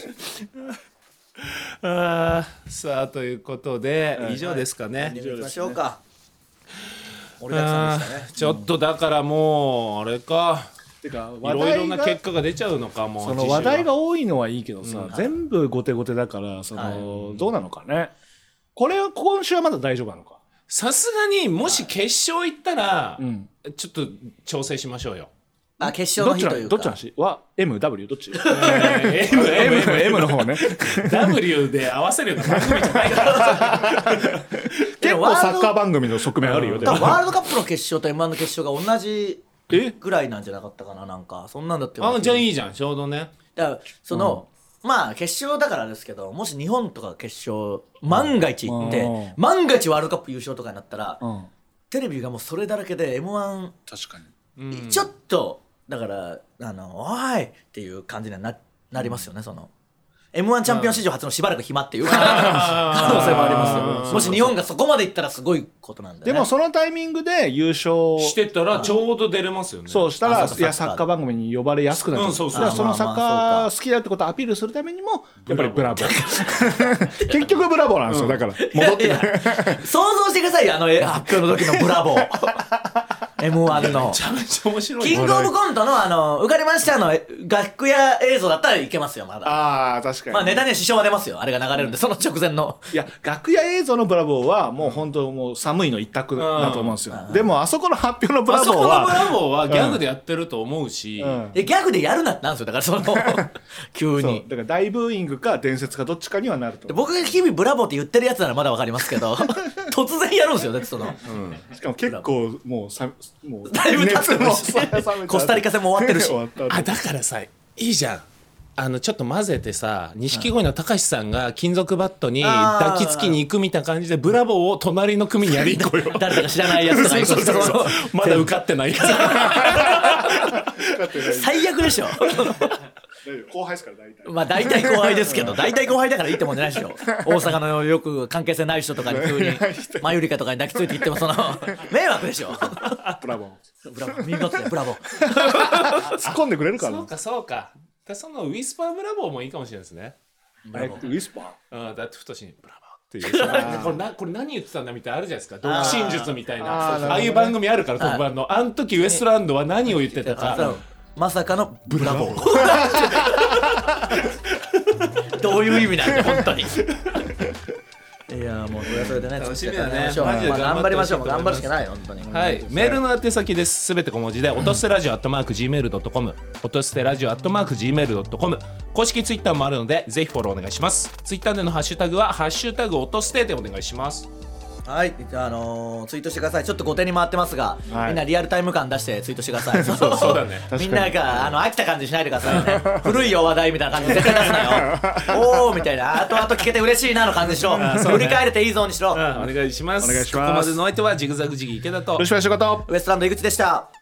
あさあということで、はい、以上ですかね、 はい、以上でしょうか盛りだくさんでしたねちょっとだからもうあれかてかいろいろな結果が出ちゃうのかもその話題が多いのはいいけどさ、うん、全部後手後手だからその、はい、どうなのかねこれは今週はまだ大丈夫なのかさすがにもし決勝行ったら、うん、ちょっと調整しましょうよあ決勝の日というかどっちの話は エムダブリュー どっち、えー、エムエム の方ねダブリュー で合わせるような番組じゃないから結構サッカー番組の側面あるよワールドカップの決勝と エムワン の決勝が同じぐらいなんじゃなかったかななんかそんなんだってあじゃあいいじゃんちょうどねだからその、うん、まあ決勝だからですけどもし日本とか決勝万が一行って、うん、万が一ワールドカップ優勝とかになったら、うん、テレビがもうそれだらけで エムワン確かに、 うん、ちょっとだからあのおーいっていう感じに な, なりますよねその エムワン チャンピオン史上初のしばらく暇っていう可能性もありますよもし日本がそこまでいったらすごいことなんで、ね、 でもそのタイミングで優勝してたらちょうど出れますよねそうしたらいやサッカー番組に呼ばれやすくなっちゃう、うん、そうそうそのサッカー好きだってことをアピールするためにもやっぱりブラボー結局ブラボーなんですよ、うん、だから戻っていやいや想像してくださいよあの発表の時のブラボーエムワン のめちゃめちゃ面白いキングオブコントのあの受かりましたの楽屋映像だったらいけますよまだああ確かにまあネタには支障は出ますよあれが流れるんでその直前のいや楽屋映像のブラボーはもう本当もう寒いの一択だと思うんですよ、うん、でもあそこの発表のブラボーはあそこのブラボーはギャグでやってると思うし、うんうん、ギャグでやるなってなんですよだからその急にだから大ブーイングか伝説かどっちかにはなると僕が日々ブラボーって言ってるやつならまだわかりますけど突然やるんですよだってその、 うん、しかも結構もうさもうだいぶ経ってるしコスタリカ戦も終わってるしあだからさいいじゃんあのちょっと混ぜてさ錦鯉のたかしさんが金属バットに抱きつきに行くみたいな感じでブラボーを隣の組にやり行こうよ誰だか知らないやつとか行こうそうそうそうまだ受かってないやつ最悪でしょ後輩ですから大体まあ大体後輩ですけど大体後輩だからいいってもんじゃないでしょ大阪のよく関係性ない人とかに急にマユリカとかに抱きついていってもその迷惑でしょブラボーブラボー見事だよブラボー突っ込んでくれるかなそうかそうかそのウィスパーブラボーもいいかもしれないですねウィスパー、うん、だって太しにブラボーっていうこれなこれ何言ってたんだみたいなあるじゃないですか独身術みたいな あ, あ, ああいう番組あるから特番のあの時ウエストランドは何を言ってたかまさかのブラボーどういう意味なんだ本当にいやもうそれはそれでね楽しみだね、 まあ、頑張りましょう頑張るしかない本当にはいメールの宛先ですすべて小文字で音捨てラジオアットマーク ジーメールドットコム 音捨てラジオアットマーク ジーメールドットコム 公式ツイッターもあるのでぜひフォローお願いしますツイッターでのハッシュタグはハッシュタグ音捨てでお願いしますはい、あのー、ツイートしてくださいちょっと後手に回ってますが、はい、みんなリアルタイム感出してツイートしてくださいそうそうだねみんながあの飽きた感じしないでくださいね古いよ話題みたいな感じで絶対出すなよおーみたいなあとあと聞けて嬉しいなの感じにしろ、ね、振り返れていいゾーンにしろ、 うん、お願いしますお願いしますここまでの相手はジグザグジギー池田とよろしくお願いしますウエストランド井口でした。